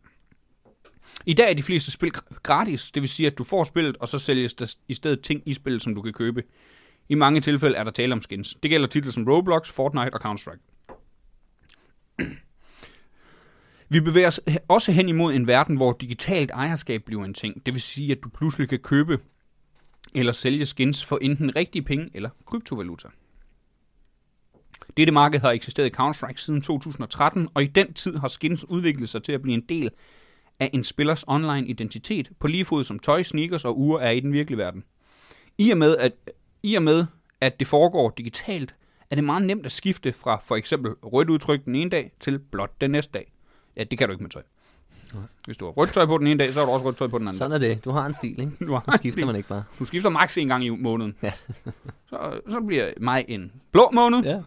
I dag er de fleste spil gratis, det vil sige, at du får spillet, og så sælges der i stedet ting i spillet, som du kan købe. I mange tilfælde er der tale om skins. Det gælder titler som Roblox, Fortnite og Counter-Strike. Vi bevæger os også hen imod en verden, hvor digitalt ejerskab bliver en ting. Det vil sige, at du pludselig kan købe eller sælge skins for enten rigtige penge eller kryptovaluta. Dette marked har eksisteret i Counter-Strike siden 2013, og i den tid har skins udviklet sig til at blive en del af en spillers online identitet, på lige fod som tøj, sneakers og ure er i den virkelige verden. I og med, at det foregår digitalt, er det meget nemt at skifte fra for eksempel rødt udtryk den ene dag til blåt den næste dag. Ja, det kan du ikke med tøj. Hvis du har rødt tøj på den ene dag, så har du også rødt tøj på den anden dag. Sådan er det. Du har en stil, ikke? Du skifter man ikke bare. Du skifter maks en gang i måneden. Ja. så bliver maj en blå måned. Ja.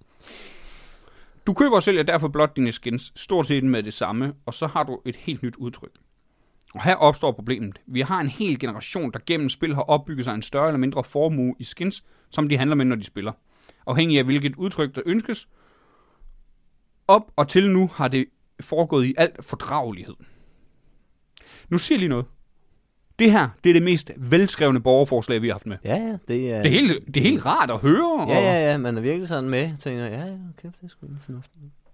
Du køber og sælger derfor blot dine skins stort set med det samme, og så har du et helt nyt udtryk. Og her opstår problemet. Vi har en hel generation, der gennem spil har opbygget sig en større eller mindre formue i skins, som de handler med, når de spiller. Afhængig af hvilket udtryk, der ønskes. Op og til nu har det foregået i alt fordragelighed. Nu siger jeg lige noget. Det her, det er det mest velskrevne borgerforslag, vi har haft med. Ja, det er... Det er helt rart at høre. Ja, man er virkelig sådan med. Tænker, ja, okay, det er sgu ikke fornuftigt.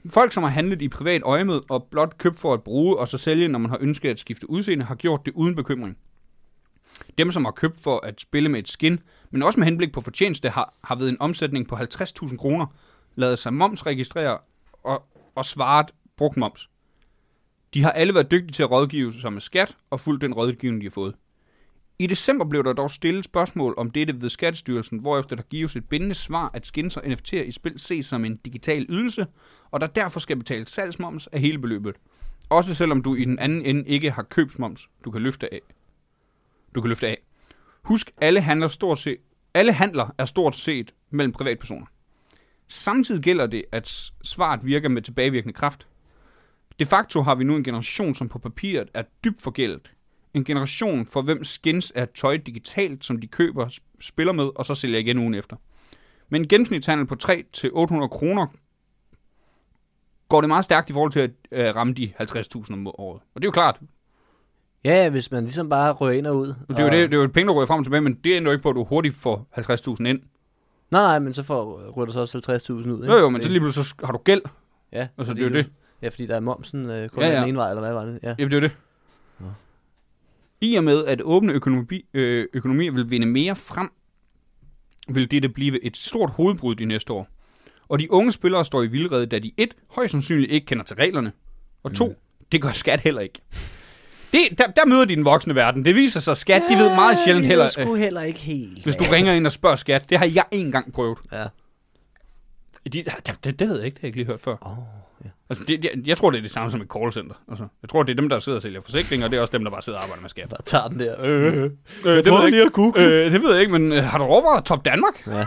Folk, som har handlet i privat øjemed og blot købt for at bruge og så sælge, når man har ønsket at skifte udseende, har gjort det uden bekymring. Dem, som har købt for at spille med et skin, men også med henblik på fortjeneste, har ved en omsætning på 50.000 kroner, lavet sig momsregistrere og svaret brugt moms. De har alle været dygtige til at rådgive sig med skat og fulgt den rådgivning, de har fået. I december blev der dog stillet spørgsmål om dette ved Skattestyrelsen, hvorefter der gives et bindende svar, at skins og NFT'er i spil ses som en digital ydelse, og der derfor skal betales salgsmoms af hele beløbet. Også selvom du i den anden ende ikke har købsmoms, du kan løfte af. Husk, alle handler er stort set mellem privatpersoner. Samtidig gælder det, at svaret virker med tilbagevirkende kraft. De facto har vi nu en generation, som på papiret er dybt forgældet. En generation, for hvem skins er tøj digitalt, som de køber, spiller med, og så sælger igen ugen efter. Men en gennemsnitshandel på 300-800 kroner går det meget stærkt i forhold til at ramme de 50.000 om året. Og det er jo klart. Ja, hvis man ligesom bare rører ind og ud. Det er jo et penge, der rører frem og tilbage, men det ændrer ikke på, at du hurtigt får 50.000 ind. Nej, men så rører du så også 50.000 ud. Ikke? Jo, men så lige pludselig så har du gæld. Ja, altså, det er jo det. Ja, fordi der er momsen kun den ene vej, eller hvad var det? Ja, det er jo det. Ja. I og med, at åbne økonomier vil vinde mere frem, vil det blive et stort hovedbrud de næste år. Og de unge spillere står i vildrede, da de 1. højst sandsynligt ikke kender til reglerne, og 2. det gør skat heller ikke. Der møder de den voksne verden. Det viser sig, skat, de ved meget sjældent heller. Det er sgu heller ikke helt. Hvis du ringer ind og spørger skat, det har jeg en gang prøvet. Ja. Det ved jeg ikke, det har jeg ikke lige hørt før. Ja. Altså, jeg tror, det er det samme som et callcenter. Altså, jeg tror, det er dem, der sidder og sælger forsikringer, og det er også dem, der bare sidder og arbejder med skat. Der tager den der. Det ved jeg ikke. Det ved jeg ikke, men har du overvejet Top Danmark? Ja.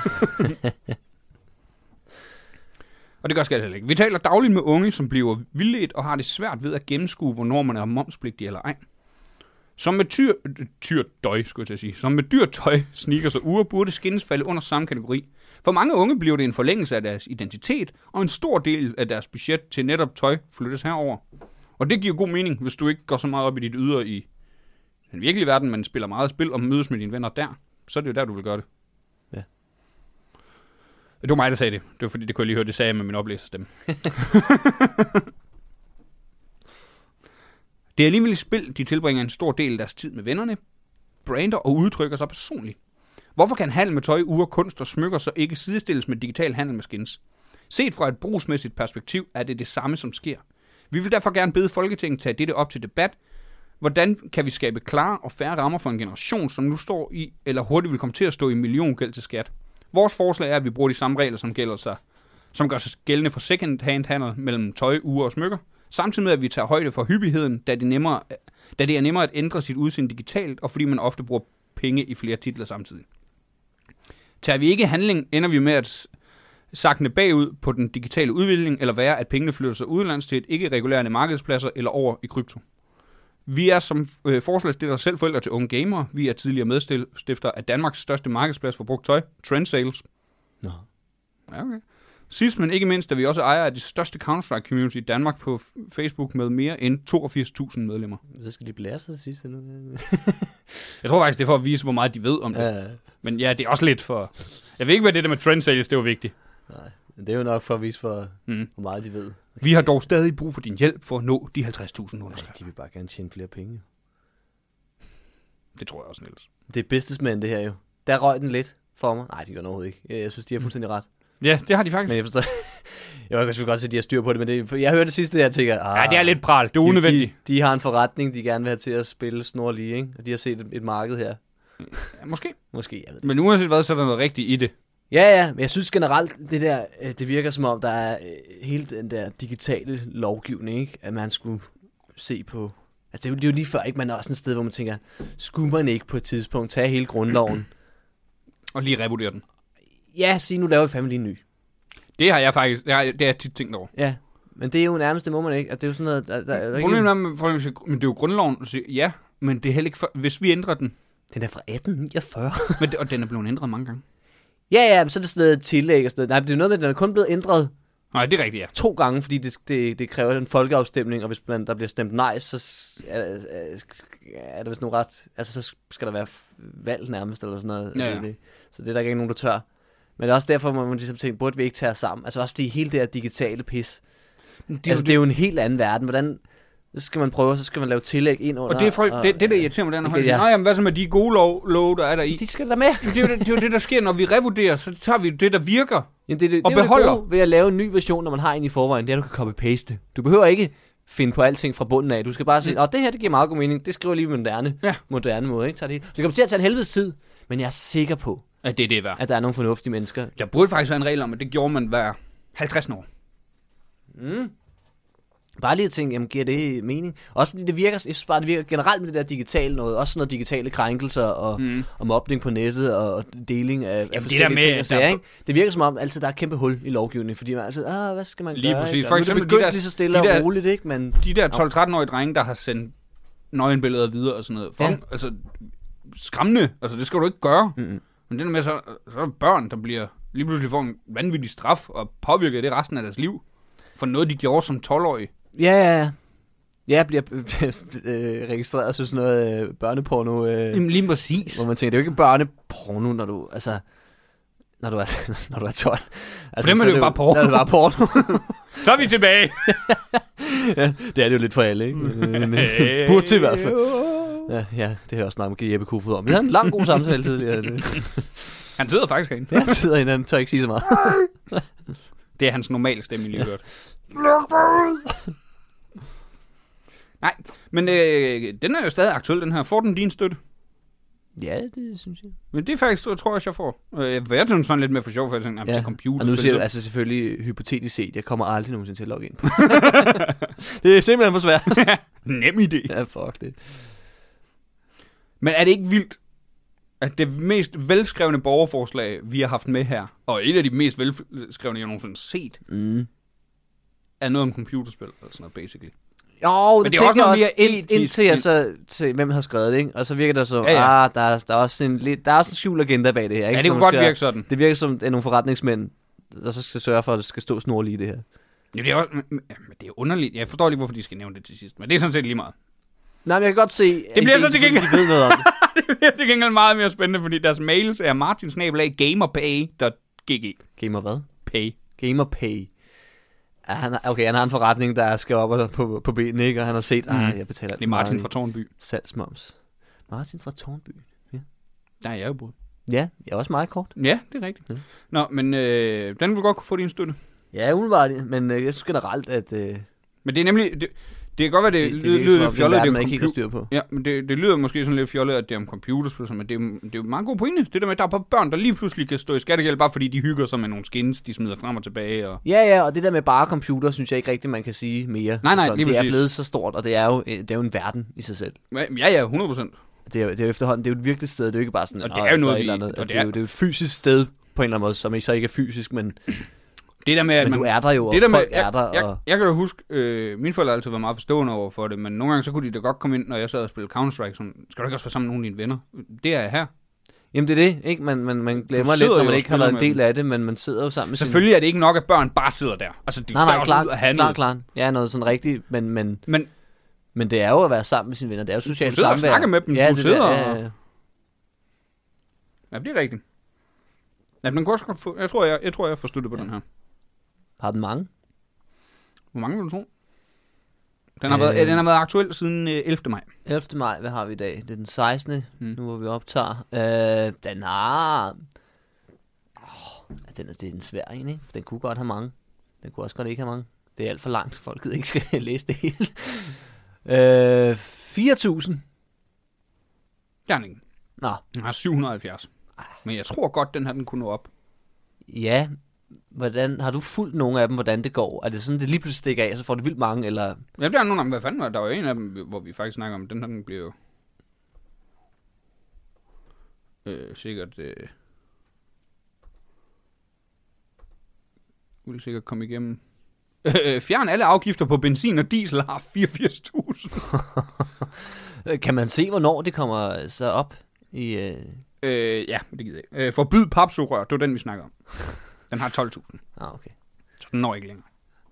Og det gør skat heller ikke. Vi taler dagligt med unge, som bliver vildledt og har det svært ved at gennemskue, hvornår man er momspligtig eller ej. Som med dyrt tøj, sneakers og ure, burde skins falde under samme kategori. For mange unge bliver det en forlængelse af deres identitet, og en stor del af deres budget til netop tøj flyttes herover. Og det giver god mening, hvis du ikke går så meget op i dit ydre i den virkelige verden, men spiller meget spil og mødes med dine venner der. Så er det jo der, du vil gøre det. Ja. Det var mig, der sagde det. Det var fordi, det kunne jeg lige høre, det sagde jeg med min oplæserstemme. Det er alligevel spil, de tilbringer en stor del af deres tid med vennerne, brander og udtrykker sig personligt. Hvorfor kan handel med tøj, ure, kunst og smykker så ikke sidestilles med digital handel med skins? Set fra et brugsmæssigt perspektiv er det samme, som sker. Vi vil derfor gerne bede Folketinget tage dette op til debat. Hvordan kan vi skabe klare og færre rammer for en generation, som nu står i, eller hurtigt vil komme til at stå i milliongæld til skat? Vores forslag er, at vi bruger de samme regler, som gør sig gældende for second-hand handel mellem tøj, ure og smykker, samtidig med, at vi tager højde for hyppigheden, da det er nemmere at ændre sit udseende digitalt, og fordi man ofte bruger penge i flere titler samtidig. Tager vi ikke handling, ender vi med at sakne bagud på den digitale udvikling, eller være, at pengene flytter sig udenlands til et ikke-regulærende markedspladser eller over i krypto. Vi er som forslagsstillere selv forældre til unge gamere. Vi er tidligere medstifter af Danmarks største markedsplads for brugt tøj, Trendsales. Nå. Ja, okay. Sidst, men ikke mindst, er vi også ejer af det største Counter-Strike community i Danmark på Facebook med mere end 82.000 medlemmer. Så skal de blære sig sidst nu. Jeg tror faktisk, det er for at vise, hvor meget de ved om det. Ja. Men ja, det er også lidt for... Jeg ved ikke, hvad det der med Trendsales, det var vigtigt. Nej, det er jo nok for at vise, hvor meget de ved. Okay. Vi har dog stadig brug for din hjælp for at nå de 50.000 underskrifter. De vil bare gerne tjene flere penge. Det tror jeg også, Niels. Det er businessman, det her jo. Der røg den lidt for mig. Nej, de gør noget overhovedet ikke. Jeg synes, de har fuldstændig ret. Ja, det har de faktisk. Men jeg forstår... Jeg kan selvfølgelig godt se, at de har styr på det, men jeg hørte det sidste, jeg tænker... Ja, det er lidt pral. Det er unødvendigt. De har en forretning, de gerne vil have til at spille snorlige, ikke? Og de har set et marked her. Ja, måske. Måske, jeg ved det. Men uanset hvad, så er der noget rigtigt i det. Ja, men jeg synes generelt, det virker som om, der er hele den der digitale lovgivning, ikke? At man skulle se på... Altså, det er jo lige før, ikke? Man er også et sted, hvor man tænker, skulle man ikke på et tidspunkt tage hele grundloven? Og lige revurdere den. Ja, sige, nu laver vi fandme lige en ny. Det har jeg faktisk, det har jeg tit tænkt over. Ja, men det er jo nærmest, det må man ikke. At det er jo sådan noget, Problemet er, men det er jo grundloven, siger, ja, men det er heller ikke for, hvis vi ændrer den. Den er fra 1849. Og den er blevet ændret mange gange. Ja, så er det sådan noget tillæg og sådan noget. Nej, det er noget med, at den er kun blevet ændret. Nej, det er rigtigt, ja. 2 gange, fordi det kræver en folkeafstemning, og hvis der bliver stemt nej, så er der vist nogle ret... Altså, så skal der være valg nærmest, eller sådan noget. Ja. Så det er der ikke nogen, der tør. Men det er også derfor, man ligesom tænker, burde vi ikke tage os sammen? Altså også fordi hele det her digitale pis. Det er jo en helt anden verden. Hvordan... Så skal man prøve, så skal man lave tillæg ind under. Og det er folk, det der irriterer mig, når ja. Jamen, hvad så med de gode love, der er der i? De skal der med. Det er jo det, der sker, når vi revurderer, så tager vi det, der virker, ja, det og beholder. Det gode ved at lave en ny version, når man har en i forvejen, det er, at du kan copy-paste. Du behøver ikke finde på alting fra bunden af. Du skal bare sige, det her, det giver meget god mening. Det skriver lige moderne måde, ikke? Så det kommer til at tage en helvedes tid, men jeg er sikker på, at det er det værd. At der er nogle fornuftige mennesker. Der burde faktisk være en regel om, at det gjorde man hver 50 år. Bare lige at tænke, jamen giver det mening? Også fordi det virker, jeg synes bare, det virker generelt med det der digitale noget, også sådan noget digitale krænkelser og mobning på nettet og deling af forskellige ting og sager, ikke? Det virker som om altid der er et kæmpe hul i lovgivningen, fordi man altid, hvad skal man lige gøre? Præcis. For eksempel det lige så stille og roligt, ikke? Men de der 12-13-årige drenge, der har sendt nøgenbilleder videre og sådan noget. For altså skræmmende, altså det skal du ikke gøre. Men det der med så er der børn, der bliver lige pludselig får en vanvittig straf og påvirker det resten af deres liv for noget de gjorde som 12-årige. Ja. Jeg bliver registreret som sådan noget børneporno. Lige præcis. Hvor man tænker, det er jo ikke børneporno, når du er 12. For dem er det jo bare porno. Det er bare porno. Så er vi tilbage. Ja, det er det jo lidt for alle, ikke? Burde det i hvert fald. Ja, det har jeg også snakket med Jeppe Kofod om. Vi havde en lang god samtale tidligere. Han sidder faktisk herinde. Ja, han sidder herinde, han tør ikke sige så meget. Det er hans normale stemme, I lige hørt. Nej, men den er jo stadig aktuel, den her. Får den din støtte? Ja, det synes jeg. Men det er faktisk, tror jeg, jeg får. Jeg synes sådan lidt mere for sjov, for jeg tænker, til computerspil. Og nu siger du altså selvfølgelig hypotetisk set, jeg kommer aldrig nogensinde til at logge ind på. Det er simpelthen for svært. Nem idé. Ja, fuck det. Men er det ikke vildt, at det mest velskrevne borgerforslag, vi har haft med her, og et af de mest velskrevne, jeg nogensinde har set, er noget om computerspil, eller sådan noget, basically. Jo, det tænker jeg også indtil jeg så til, hvem har skrevet det, ikke? Og så virker det så, der er også en skjult agenda bag det her, ikke? Ja, det kunne godt virke sådan. Det virker som, det er nogle forretningsmænd, der så skal sørge for, at det skal stå snorlige i det her. Ja, det er, men det er underligt. Jeg forstår ikke, hvorfor de skal nævne det til sidst, men det er sådan set lige meget. Nej, men jeg kan godt se, det bliver så til gengæld, de ved noget om det. Det bliver til gengæld meget mere spændende, fordi deres mails er martin@gamerpay.gg. Gamer hvad? Pay. Gamerpay. Han har en forretning, der skal op på benene, ikke? Og han har set, jeg betaler det er Martin fra Tårnby. Salgsmoms. Martin fra Tårnby, ja. Der er jeg jo boet. Ja, jeg er også meget kort. Ja, det er rigtigt. Ja. Nå, men den vil godt kunne få din støtte. Ja, umiddelbart, men jeg synes generelt, at... Men det er nemlig... Det kan godt være, det lyder lidt fjollet, det er ikke helt styr på. Ja, men det lyder måske sådan lidt fjollet, at det er om computerspil, men det er jo meget god pointe. Det der med, at der er bare børn, der lige pludselig kan stå i skattegæld, bare fordi de hygger sig med nogle skins, de smider frem og tilbage. Og... Ja, og det der med bare computer, synes jeg ikke rigtigt, man kan sige mere. Nej, så, det er blevet så stort, og det er jo en verden i sig selv. Ja, 100%. Det er jo efterhånden, det er jo et virkeligt sted, det er jo ikke bare sådan, og det er jo noget, det er jo et fysisk sted på en eller anden måde, som så ikke er fysisk, men... Det der med, at men du er der jo, og folk er der. Jeg kan da huske, mine forældre har altid været meget forstående over for det, men nogle gange så kunne de da godt komme ind, når jeg sad og spillede Counter-Strike, sådan, skal du ikke også være sammen med nogle af dine venner? Det er jeg her. Jamen det er det, ikke? Man glemmer lidt, når man ikke har været en del af det, men man sidder jo sammen med selvfølgelig er det ikke nok, at børn bare sidder der. Altså, de skal også ud og have noget. Klart. Ja, noget sådan rigtigt, men det er jo at være sammen med sine venner. Det er jo socialt samvær. Du sidder og snakker med dem. Ja, du sidder og... Ja, det er rigtigt. Ja, men jeg tror, jeg får støtte på den her. Har den mange? Hvor mange vil du tro? Den har været aktuel siden 11. maj. 11. maj, hvad har vi i dag? Det er den 16. Nu hvor vi optager. Den har... det er en svær en, ikke? Den kunne godt have mange. Den kunne også godt ikke have mange. Det er alt for langt. Folk gider ikke skal læse det hele. 4.000. Det er den ikke. Nå. Den har 770. Men jeg tror godt, den kunne nå op. Ja. Hvordan har du fulgt nogle af dem, hvordan det går? Er det sådan, det lige pludselig stikker af, så får det vildt mange, eller? Ja, der er nogle af dem, hvad fanden var der? Der var en af dem, hvor vi faktisk snakker om, den bliver jo sikkert vil sikkert komme igennem. Fjern alle afgifter på benzin og diesel har 84.000. Kan man se, hvornår det kommer så op i... Ja, det gider jeg. Forbyd papsugerør, det var den, vi snakker om. Den har 12.000. Okay. Så den når ikke længere.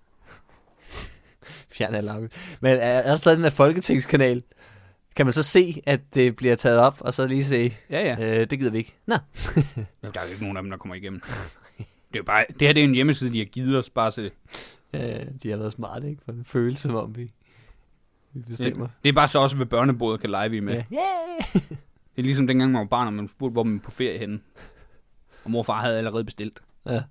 Fjern alle afgifter. Men er der stadig den her folketingskanal? Kan man så se, at det bliver taget op, og så lige se, det gider vi ikke. Nå. Der er jo ikke nogen af dem, der kommer igennem. Det er jo bare, det her det er en hjemmeside, de har givet os bare til De har været smarte, ikke? For det føles som om, vi bestemmer. Det er bare så også, hvad børnebordet kan lege vi med. Ja. Det er ligesom dengang, man var barn, og man spurgte, hvor man på ferie henne. Og mor og far havde allerede bestilt. Ja.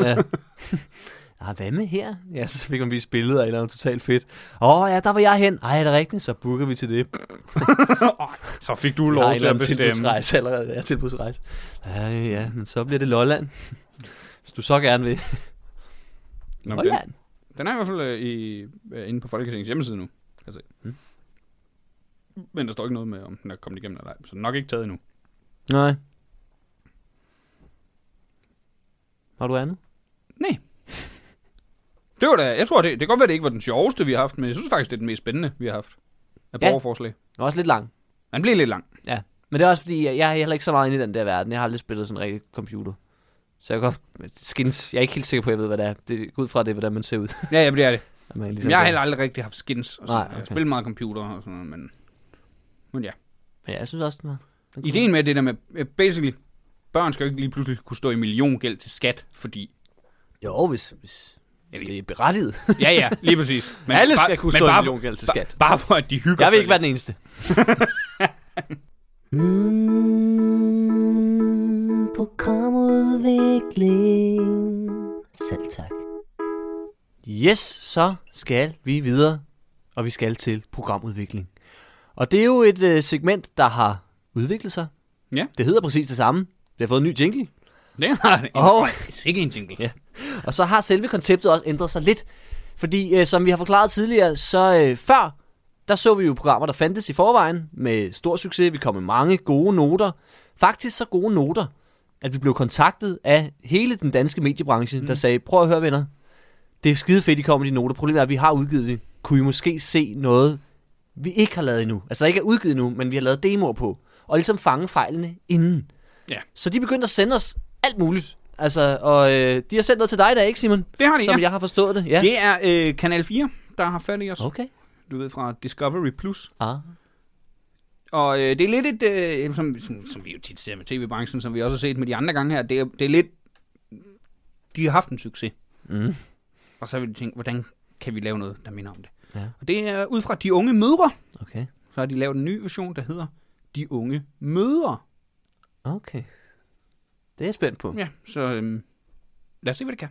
Hvad med her? Ja, så fik man vist billeder af et eller andet totalt fedt. Ja, der var jeg hen. Ej, er det rigtigt? Så booker vi til det. Så fik du lov til at bestemme. Tilbudsrejse allerede. Ja, tilbudsrejse. Ja, men så bliver det Lolland. Hvis du så gerne vil. Lolland? Den er i hvert fald inde på Folketingets hjemmeside nu, kan jeg se. Men der står ikke noget med, om den er kommet igennem eller ej. Så den er nok ikke taget endnu. Nej. Har du andet? Nej. Det var da, jeg tror, det kan godt være, det ikke var den sjoveste, vi har haft, men jeg synes faktisk, det er den mest spændende, vi har haft af borgerforslag. Den var også lidt lang. Den blev lidt lang. Ja, men det er også fordi, jeg er heller ikke så meget inde i den der verden. Jeg har aldrig spillet sådan en rigtig computer. Så jeg skins, jeg er ikke helt sikker på, at jeg ved, hvad det er. Det går ud fra det, hvordan man ser ud. Ja, det er det. Ligesom jeg har heller aldrig rigtig haft skins. Og Nej, okay. Jeg har spillet meget computer og sådan noget, men ja. Men jeg synes også, den var... Ideen med det der med, basically, børn skal jo ikke lige pludselig kunne stå i milliongæld til skat, fordi... Jo, hvis det er berettiget. Ja, lige præcis. Men alle skal kunne stå i milliongæld til skat. Bare for, at de hygger sig. Jeg vil ikke være den eneste. Programudvikling. Selv tak. Yes, så skal vi videre, og vi skal til programudvikling. Og det er jo et segment, der har udviklet sig. Ja. Det hedder præcis det samme. Det har fået en ny jingle. Det har ikke en jingle. Ja. Og så har selve konceptet også ændret sig lidt. Fordi som vi har forklaret tidligere, så før, der så vi jo programmer, der fandtes i forvejen med stor succes. Vi kom med mange gode noter. Faktisk så gode noter, at vi blev kontaktet af hele den danske mediebranche, der sagde, prøv at høre venner, det er skide fedt, I kommer med de noter. Problemet er, at vi har udgivet det. Kunne I måske se noget, vi ikke har lavet endnu? Altså ikke er udgivet endnu, men vi har lavet demoer på. Og ligesom fange fejlene inden. Ja. Så de begyndte at sende os alt muligt. Altså, og de har sendt noget til dig der, ikke Simon? Det har de, som jeg har forstået det. Ja. Det er Kanal 4, der har fat i os. Okay. Du ved, fra Discovery Plus. Og det er lidt et, som vi jo tit ser med tv-branchen, som vi også har set med de andre gange her, det er lidt, de har haft en succes. Og så har vi tænkt, hvordan kan vi lave noget, der minder om det? Ja. Og det er ud fra De Unge Mødre. Okay. Så har de lavet en ny version, der hedder De Unge Mødre. Okay. Det er jeg spændt på. Ja, så lad os se, hvad det kan.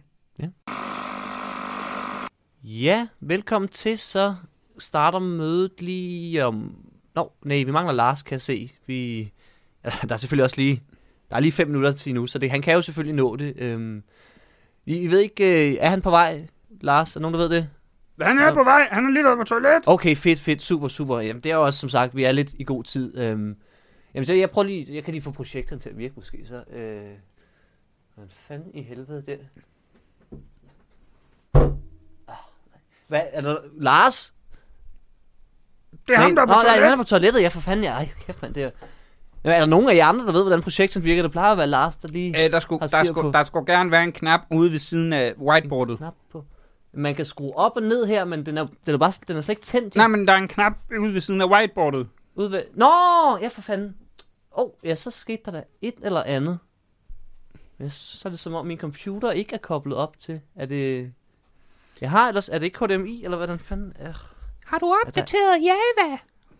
Ja, velkommen til. Så starter mødet lige om... vi mangler Lars, kan jeg se. Der er selvfølgelig også lige... Der er lige 5 minutter til nu, så han kan jo selvfølgelig nå det. I ved ikke, er han på vej, Lars? Er nogen, der ved det? Han er på vej. Han er lige været på toilet. Okay, fedt. Super. Jamen, det er jo også, som sagt, vi er lidt i god tid. Jamen, så jeg prøver lige... Jeg kan lige få projekterne til at virke, måske. Så, hvad fanden i helvede det? Hvad? Er der... Lars? Det er ham, der er på toilet. Han er på toilettet. Ja, for fanden. Ej, kæft, mand. Det er... Er der nogen af jer andre, der ved, hvordan projekten virker? Det plejer at være Lars, der lige der skulle gerne være en knap ude ved siden af whiteboardet. Knap på. Man kan skrue op og ned her, men den er slet ikke tændt. Nej, men der er en knap ude ved siden af whiteboardet. Ude ved... Nå, ja for fanden. Ja, så skete der da et eller andet. Ja, så er det som om min computer ikke er koblet op til. Er det... Jeg har ellers... Er det ikke HDMI, eller hvad den fanden er? Har du opdateret Java?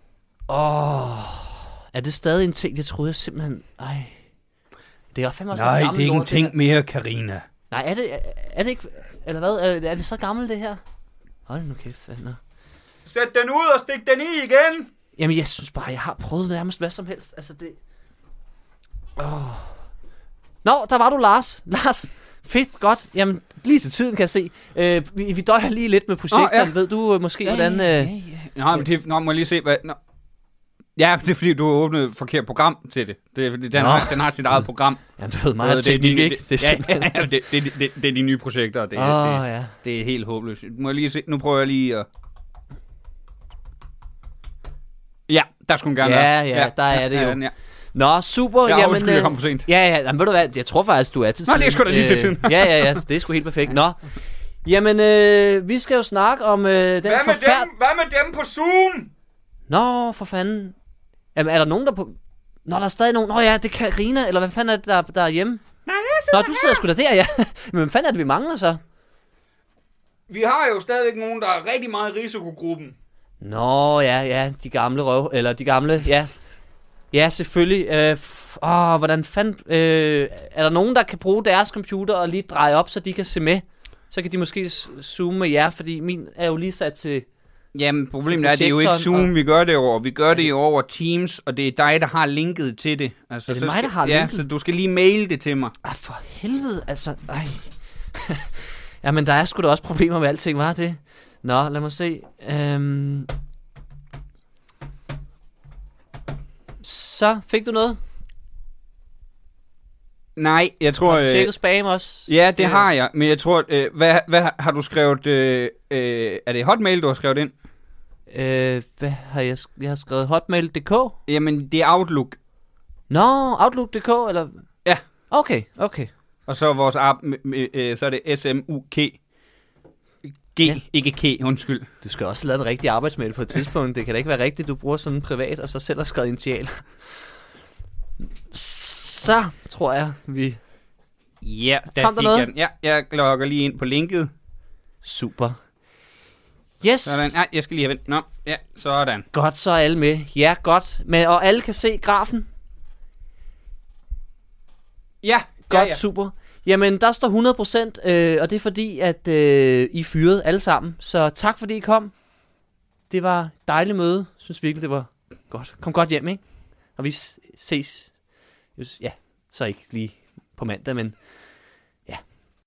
Er det stadig en ting? Det troede jeg simpelthen... Det er fandme også nej, gammel det er ikke en lort, ting mere, Karina. Nej, er det ikke... Eller hvad? Er det så gammelt, det her? Hold nu kæft, fanden. Sæt den ud og stik den i igen! Jamen, jeg synes bare, jeg har prøvet nærmest hvad som helst. Altså, det... Nå, der var du, Lars. Lars, fedt, godt. Jamen, lige til tiden kan jeg se. Vi døjer lige lidt med projektoren. Ved du måske, hvordan... Nå, men det, må jeg lige se, hvad... Nå. Ja, det er fordi, du har åbnet et forkert program til det. Det er fordi, den har sit eget program. Jamen, du ved meget teknik, ikke? Det er de nye projekter, det er helt håbløst. Må jeg lige se, nu prøver jeg lige at... Ja, der skulle den gerne være. Ja, der er det jo. Ja. Nå, super. Jamen, jeg kom for sent. Ja, jamen, ved du hvad, jeg tror faktisk, du er til tiden. Nå, det er sgu da lige til tiden. Ja, det er sgu helt perfekt. Nå, jamen, vi skal jo snakke om den hvad med dem på Zoom? Nå, for fanden. Jamen, er der nogen, der på... Nå, der er stadig nogen... Nå ja, det er Karina, eller hvad fanden er det, der er hjemme? Nej, jeg sidder Nå, du sidder sgu da der, ja. Men hvad fanden er det, vi mangler så? Vi har jo stadigvæk nogen, der er rigtig meget i risikogruppen. Nå, ja, de gamle røv, eller de gamle, ja. Ja, selvfølgelig. Hvordan fanden... er der nogen, der kan bruge deres computer og lige dreje op, så de kan se med? Så kan de måske zoome med jer, fordi min er jo lige sat til... Jamen, problemet er, at det er jo ikke Zoom, vi gør det over. Vi gør det jo over Teams, og det er dig, der har linket til det. Altså, Er det mig, der har linket? Ja, så du skal lige maile det til mig. For helvede, altså... Jamen, der er sgu da også problemer med alting, var det? Nå, lad mig se. Så fik du noget? Nej, jeg tror... Har du tjekket spam også? Ja, det har jeg, men jeg tror... hvad har du skrevet... er det Hotmail, du har skrevet ind? Hvad har jeg... Jeg har skrevet hotmail.dk? Jamen, det er Outlook. Nå, outlook.dk, eller... Ja. Okay. Og så vores app, så er det SMUK. Ikke K, undskyld. Du skal også lave en rigtig arbejdsmail på et tidspunkt. Det kan da ikke være rigtigt, du bruger sådan en privat, og så selv har skrevet initial. Så tror jeg, vi... Ja, Kom der noget? Ja, jeg logger lige ind på linket. Super. Yes. Sådan. Nej, jeg skal lige have vendt. Nå, ja, sådan. Godt, så er alle med. Ja, godt. Og alle kan se grafen? Ja, Godt, ja. super. Jamen, der står 100%, og det er fordi, at I fyrede alle sammen. Så tak fordi I kom. Det var et dejligt møde. Synes virkelig, det var godt. Kom godt hjem, ikke? Og vi ses. Ja, så ikke lige på mandag, men ja.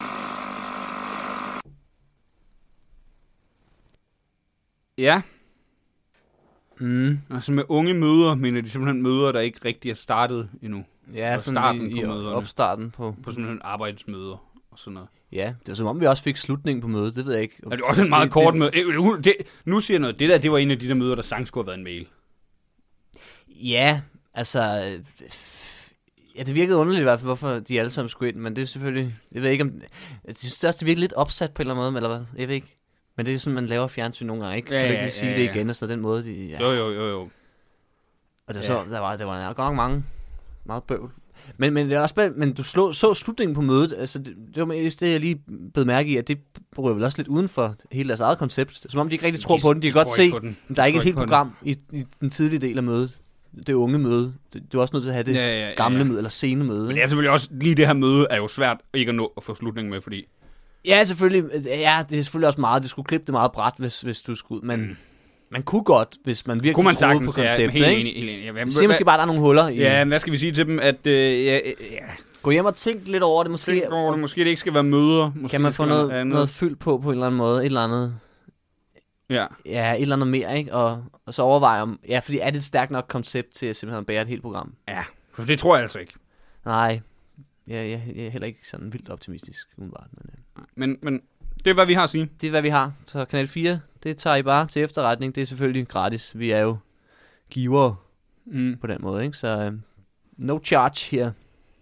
Ja, Mm. altså med unge møder, mener de simpelthen møder, der ikke rigtig er startet endnu. Ja, Og sådan starten i på møderne. opstarten på... På simpelthen arbejdsmøder og sådan noget. Ja, det var som om vi også fik slutningen på mødet, det ved jeg ikke. Ja, det er også en meget kort møde. Nu siger jeg noget. Det der, det var en af de der møder, der sang skulle have været en mail. Ja, altså... Ja, det virkede underligt i hvert fald, hvorfor de alle sammen skulle ind, men det er selvfølgelig... Jeg ved ikke om... Jeg synes også, det virkede lidt opsat på en eller anden måde, eller hvad? Jeg ved ikke. Men det er sådan, man laver fjernsyn nogle gange, ikke? Ja, Kan du ikke lige ja, sige ja, det ja. igen, og så den måde, de... Ja. Jo. Og det var, så, der var godt nok meget bøvl. Men det er også, men du så slutningen på mødet, altså det var mest det, jeg lige blev mærke i, at det rører vel også lidt uden for hele deres eget koncept. Som om de ikke rigtig tror på den, de kan godt se, at der er ikke et helt program i den tidlige del af mødet. Det unge møde. Du er også nødt til at have det gamle møde, eller sene møde. Men det er selvfølgelig også, lige det her møde er jo svært ikke at nå at få slutningen med, fordi... Ja, selvfølgelig. Ja, det er selvfølgelig også meget. Det skulle klippe det meget bræt, hvis du skulle... Men man kunne godt, hvis man virkelig troede sagtens, på konceptet, helt ikke? enig. Ja, Vi siger måske bare, at der er nogle huller i... Ja, hvad skal vi sige til dem? At, Gå hjem og tænk lidt over det, måske. tænk over det. Måske det ikke skal være møder. Måske Kan man det få skal være noget fyld på en eller anden måde? Et eller andet... Ja. Ja, et eller andet mere, ikke? Og så overveje om... Ja, fordi er det et stærkt nok koncept til at simpelthen bære et helt program? Ja, for det tror jeg altså ikke. Nej. Jeg er heller ikke sådan vildt optimistisk, umiddelbart. Men det er, hvad vi har at sige. Det er, hvad vi har. Så Kanal 4, det tager I bare til efterretning. Det er selvfølgelig gratis. Vi er jo givere på den måde, ikke? Så no charge her.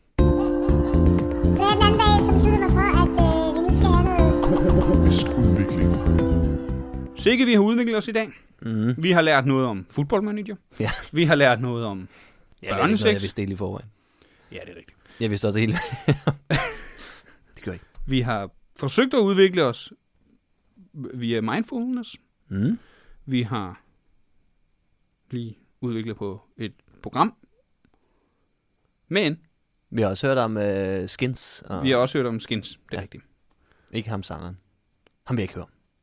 Så den anden dag, så besluttede mig for, at vi nu skal have noget... Komisk udvikling. Sikke, vi har udviklet os i dag. Mm. Vi har lært noget om Football Manager. Ja. Vi har lært noget om børnesex. Jeg vidste det lige i forvejen. Ja, det er rigtigt. Jeg vidste også helt... Det gør jeg ikke. Vi har forsøgt at udvikle os via mindfulness. Mm. Vi har lige udviklet på et program. Men Vi har også hørt om Skins. Og vi har også hørt om Skins. Det er Ja. rigtigt. ikke ham sangeren. Ham vil jeg ikke høre.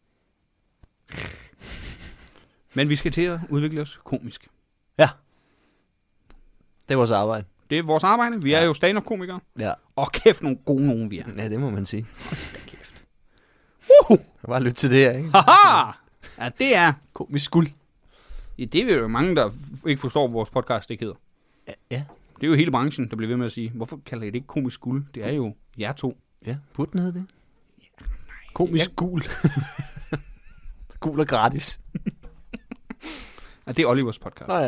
Men vi skal til at udvikle os komisk. Ja. Det er vores arbejde. Det er vores arbejde. Vi er jo stand-up-komikere. Ja. Og kæft nogle gode nogen, vi er. Ja, det må man sige. Kæft. Bare lyt til det her, ikke? Haha! Ja, det er... Komisk guld. Ja, det er jo mange, der ikke forstår, vores podcast ikke hedder. Ja. Det er jo hele branchen, der bliver ved med at sige, hvorfor kalder I det ikke komisk guld? Det er jo jer to. Ja, burde den hedde det? Komisk gul. Gul og gratis. Ja, det er Olivers podcast. Nå ja.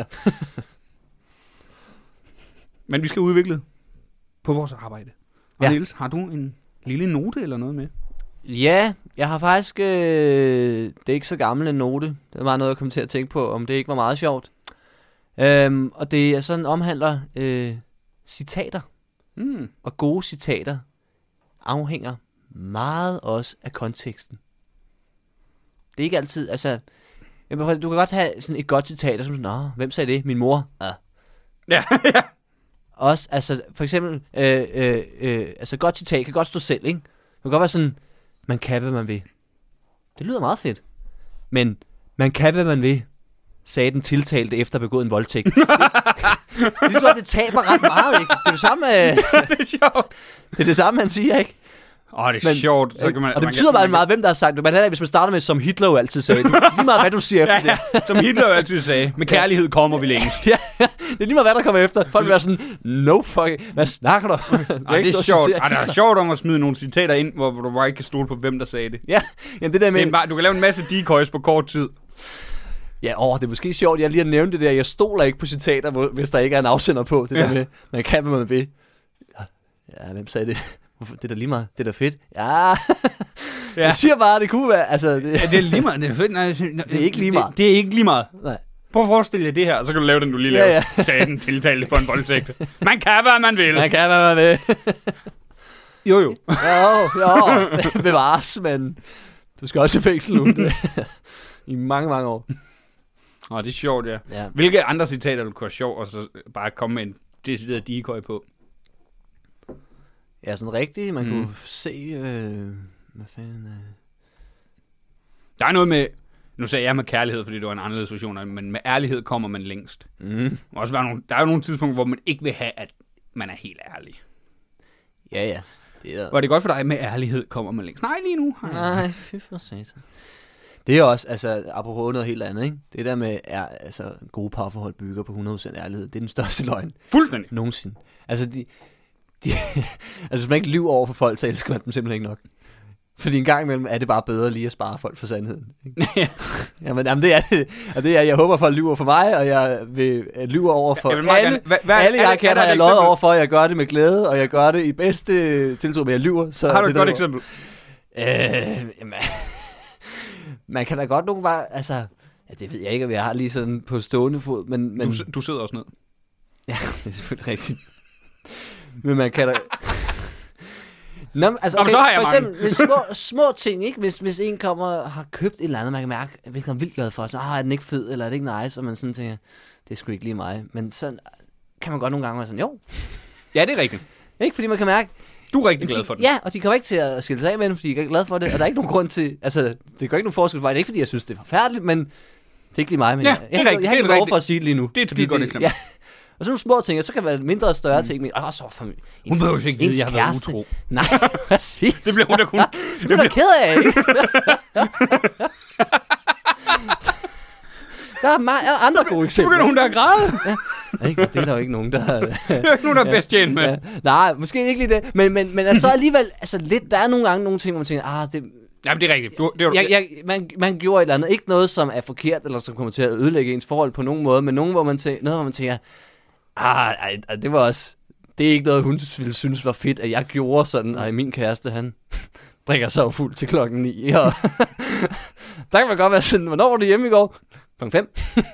Men vi skal udvikle på vores arbejde. Og Ja. Niels, har du en lille note eller noget med? Ja, jeg har faktisk... det er ikke så gammel en note. Det var noget, jeg kom til at tænke på, om det ikke var meget sjovt. Og det er sådan omhandler citater. Og gode citater afhænger meget også af konteksten. Det er ikke altid, altså... Du kan godt have sådan et godt citat, og sådan, nå, hvem sagde det? Min mor? Ja. Også, altså, for eksempel, altså, godt citat kan godt stå selv, ikke? Det kan godt være sådan, man kan, hvad man vil. Det lyder meget fedt. Men, man kan, hvad man vil, sagde den tiltalte efter at begået en voldtægt. Ligesom, det taber ret meget, ikke? Det er det samme, det er sjovt. det er det samme, han siger, ikke? Det er sjovt. Så kan man, og det betyder bare meget, hvem der har sagt det. Men hvis man starter med, som Hitler jo altid sagde, det er lige meget, hvad du siger efter det. Som Hitler jo altid sagde, med kærlighed kommer vi længst. Ja, det er lige meget, hvad der kommer efter. Folk vil være sådan, no fucking, hvad snakker du? Det er sjovt. Det er sjovt om at smide nogle citater ind, hvor du bare ikke kan stole på, hvem der sagde det. Ja, det der med... Du kan lave en masse decoys på kort tid. Ja, det er måske sjovt, jeg lige har nævnt det der. Jeg stoler ikke på citater, hvis der ikke er en afsender på. Det der med, man kan, hvad man vil. Ja, hvem sagde det? Det er da lige meget. Det er da fedt. Ja. Jeg siger bare, det kunne være. Altså, det er lige meget. Det er fedt. Nej, det er ikke lige meget. Det er ikke lige meget. Nej. Prøv at forestille dig det her, og så kan du lave den, du lige lavede. Sagde den tiltalte for en voldtægt. Man kan, hvad man vil. Man kan, hvad man vil. Jo. Jo. Bevares, men du skal også i fængsel nu. I mange, mange år. Det er sjovt, ja. Hvilke andre citater du kunne være sjov, og så bare komme med en decideret decoy på? Ja, sådan rigtigt. Man kunne se... hvad fanden... Der er noget med... Nu sagde jeg med kærlighed, fordi det var en anderledes version, men med ærlighed kommer man længst. Også der er jo nogle tidspunkter, hvor man ikke vil have, at man er helt ærlig. Ja. Var det godt for dig, med ærlighed kommer man længst? Nej, lige nu. Nej, fy for satan. Det er også, altså, apropos noget helt andet, ikke? Det der med, altså, gode parforhold bygger på 100% ærlighed. Det er den største løgn. Fuldstændig. Nogensinde. Altså, altså, hvis man ikke lyver over for folk, så elsker man dem simpelthen ikke nok. Fordi en gang imellem er det bare bedre lige at spare folk for sandheden. Ikke? Jamen, det er det. Og det er, jeg håber, folk lyver for mig, og jeg vil lyve over for alle jeg kender, jeg løjet over for, jeg gør det med glæde, og jeg gør det i bedste tiltro, men jeg lyver. Så har du et godt eksempel? Man kan da godt nogle bare, altså, ja, det ved jeg ikke, om jeg har lige sådan på stående fod, men du sidder også ned. Ja, det er selvfølgelig rigtigt. Men man kan da... Nå, altså, okay, så har jeg for eksempel, hvis små ting, ikke? Hvis en kommer og har købt et eller andet, man kan mærke, hvilken er vildt glad for, så er den ikke fed, eller er det ikke nice, og man sådan tænker, det er sgu ikke lige mig. Men så kan man godt nogle gange være sådan, jo. Ja, det er rigtigt. Ikke, fordi man kan mærke... Du er rigtig glad for det. Ja, og de kommer ikke til at skille sig af med den, fordi de er ikke glad for det, og der er ikke nogen grund til... Altså, det gør ikke nogen forskel for mig. Det er ikke, fordi jeg synes, det er forfærdeligt, men det er ikke lige mig. Men ja, jeg har ikke behov for at sige det lige nu. Det er et skide godt eksempel. Ja. Og sådan nogle små ting, og så kan det være mindre og større ting. Men så for hun behøver jo ikke vide, at jeg har været utro. Nej, præcis. Det bliver hun da kun. Det bliver ked af, ikke? Der er andre gode eksempler. Nu kan hun da græde. Ja, ikke? Det er der jo ikke nogen, der... Det er jo ikke nogen, der er bedst tjent med. Ja. Nej, måske ikke lige det. Men altså alligevel, altså lidt, der er nogle gange nogle ting, hvor man tænker, det... Jamen, det er rigtigt. Man gjorde et eller andet. Ikke noget, som er forkert, eller som kommer til at ødelægge ens forhold på nogen måde, men noget, hvor man tænker, det var også... Det er ikke noget, hun ville synes var fedt, at jeg gjorde sådan. Min kæreste, han drikker så fuld til 9:00. Og der kan man godt være sådan, hvornår var du hjemme i går? 5:00.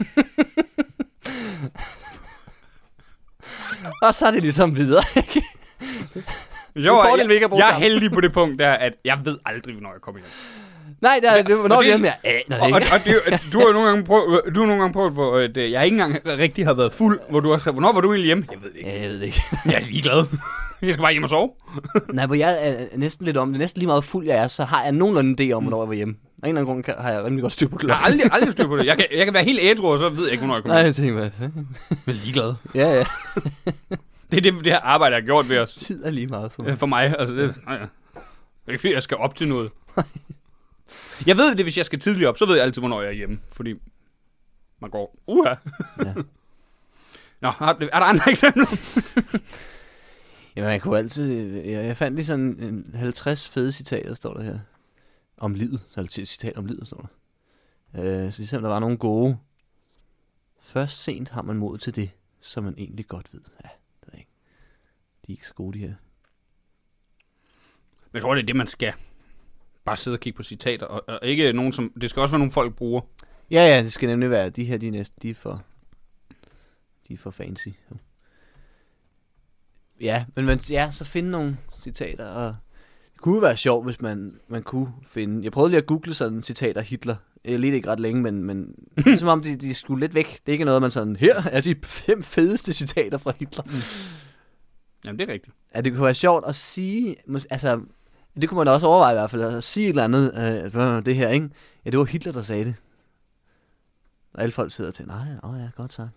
Og så er det ligesom videre, ikke? Jo, jeg er heldig på det punkt der, at jeg ved aldrig, hvornår jeg kommer hjem. Nej, hvornår er hjemme? Jeg aner det ikke. Du har jo nogle gange prøvet, hvor jeg ikke engang rigtig har været fuld, hvor du også skrev, hvornår var du egentlig hjemme? Jeg ved det ikke. Jeg ved det ikke. Jeg er ligeglad. Jeg skal bare hjem og sove. Nej, hvor jeg er næsten lidt om det. Næsten lige meget fuld jeg er, så har jeg nogenlunde en idé om, hvornår jeg var hjemme. Af en eller anden grund har jeg rimelig godt styr på klokken. Jeg har aldrig styr på det. Jeg kan være helt ædru, og så ved jeg ikke, hvornår jeg kommer hjem. Nej, jeg tænker, hvad fanden? Jeg er ligeglad. Ja. Det er det her arbejde, jeg har gjort ved os. Tid er lige meget for mig. For mig, altså det er ikke fordi, jeg skal op til noget. Jeg ved det, hvis jeg skal tidligt op, så ved jeg altid, hvornår jeg er hjemme. Fordi man går, Ja. Nå, er der andre eksempler? Jamen, jeg kunne altid... Jeg fandt lige sådan 50 fede citater, står der her. Om livet. Så citat om livet, står der. Så ligesom der var nogle gode. Først sent har man mod til det, som man egentlig godt ved. Ja, det er ikke. De er ikke så gode, de her. Jeg tror, det er det, man skal. Bare sidde og kigge på citater. Og ikke nogen, som... Det skal også være nogle folk bruger. Ja, det skal nemlig være. De her, de er for fancy. Ja, men så finde nogle citater, og det kunne være sjovt, hvis man kunne finde... Jeg prøvede lige at google sådan citater af Hitler. Jeg ledte ikke ret længe, men det er som om, de skulle lidt væk. Det er ikke noget, man sådan... Her er de 5 fedeste citater fra Hitler. Jamen, det er rigtigt. Ja, det kunne være sjovt at sige... Altså, det kunne man også overveje i hvert fald. At sige et eller andet, det her, ikke? Ja, det var Hitler, der sagde det. Og alle folk sidder til, nej, ja, godt sagt.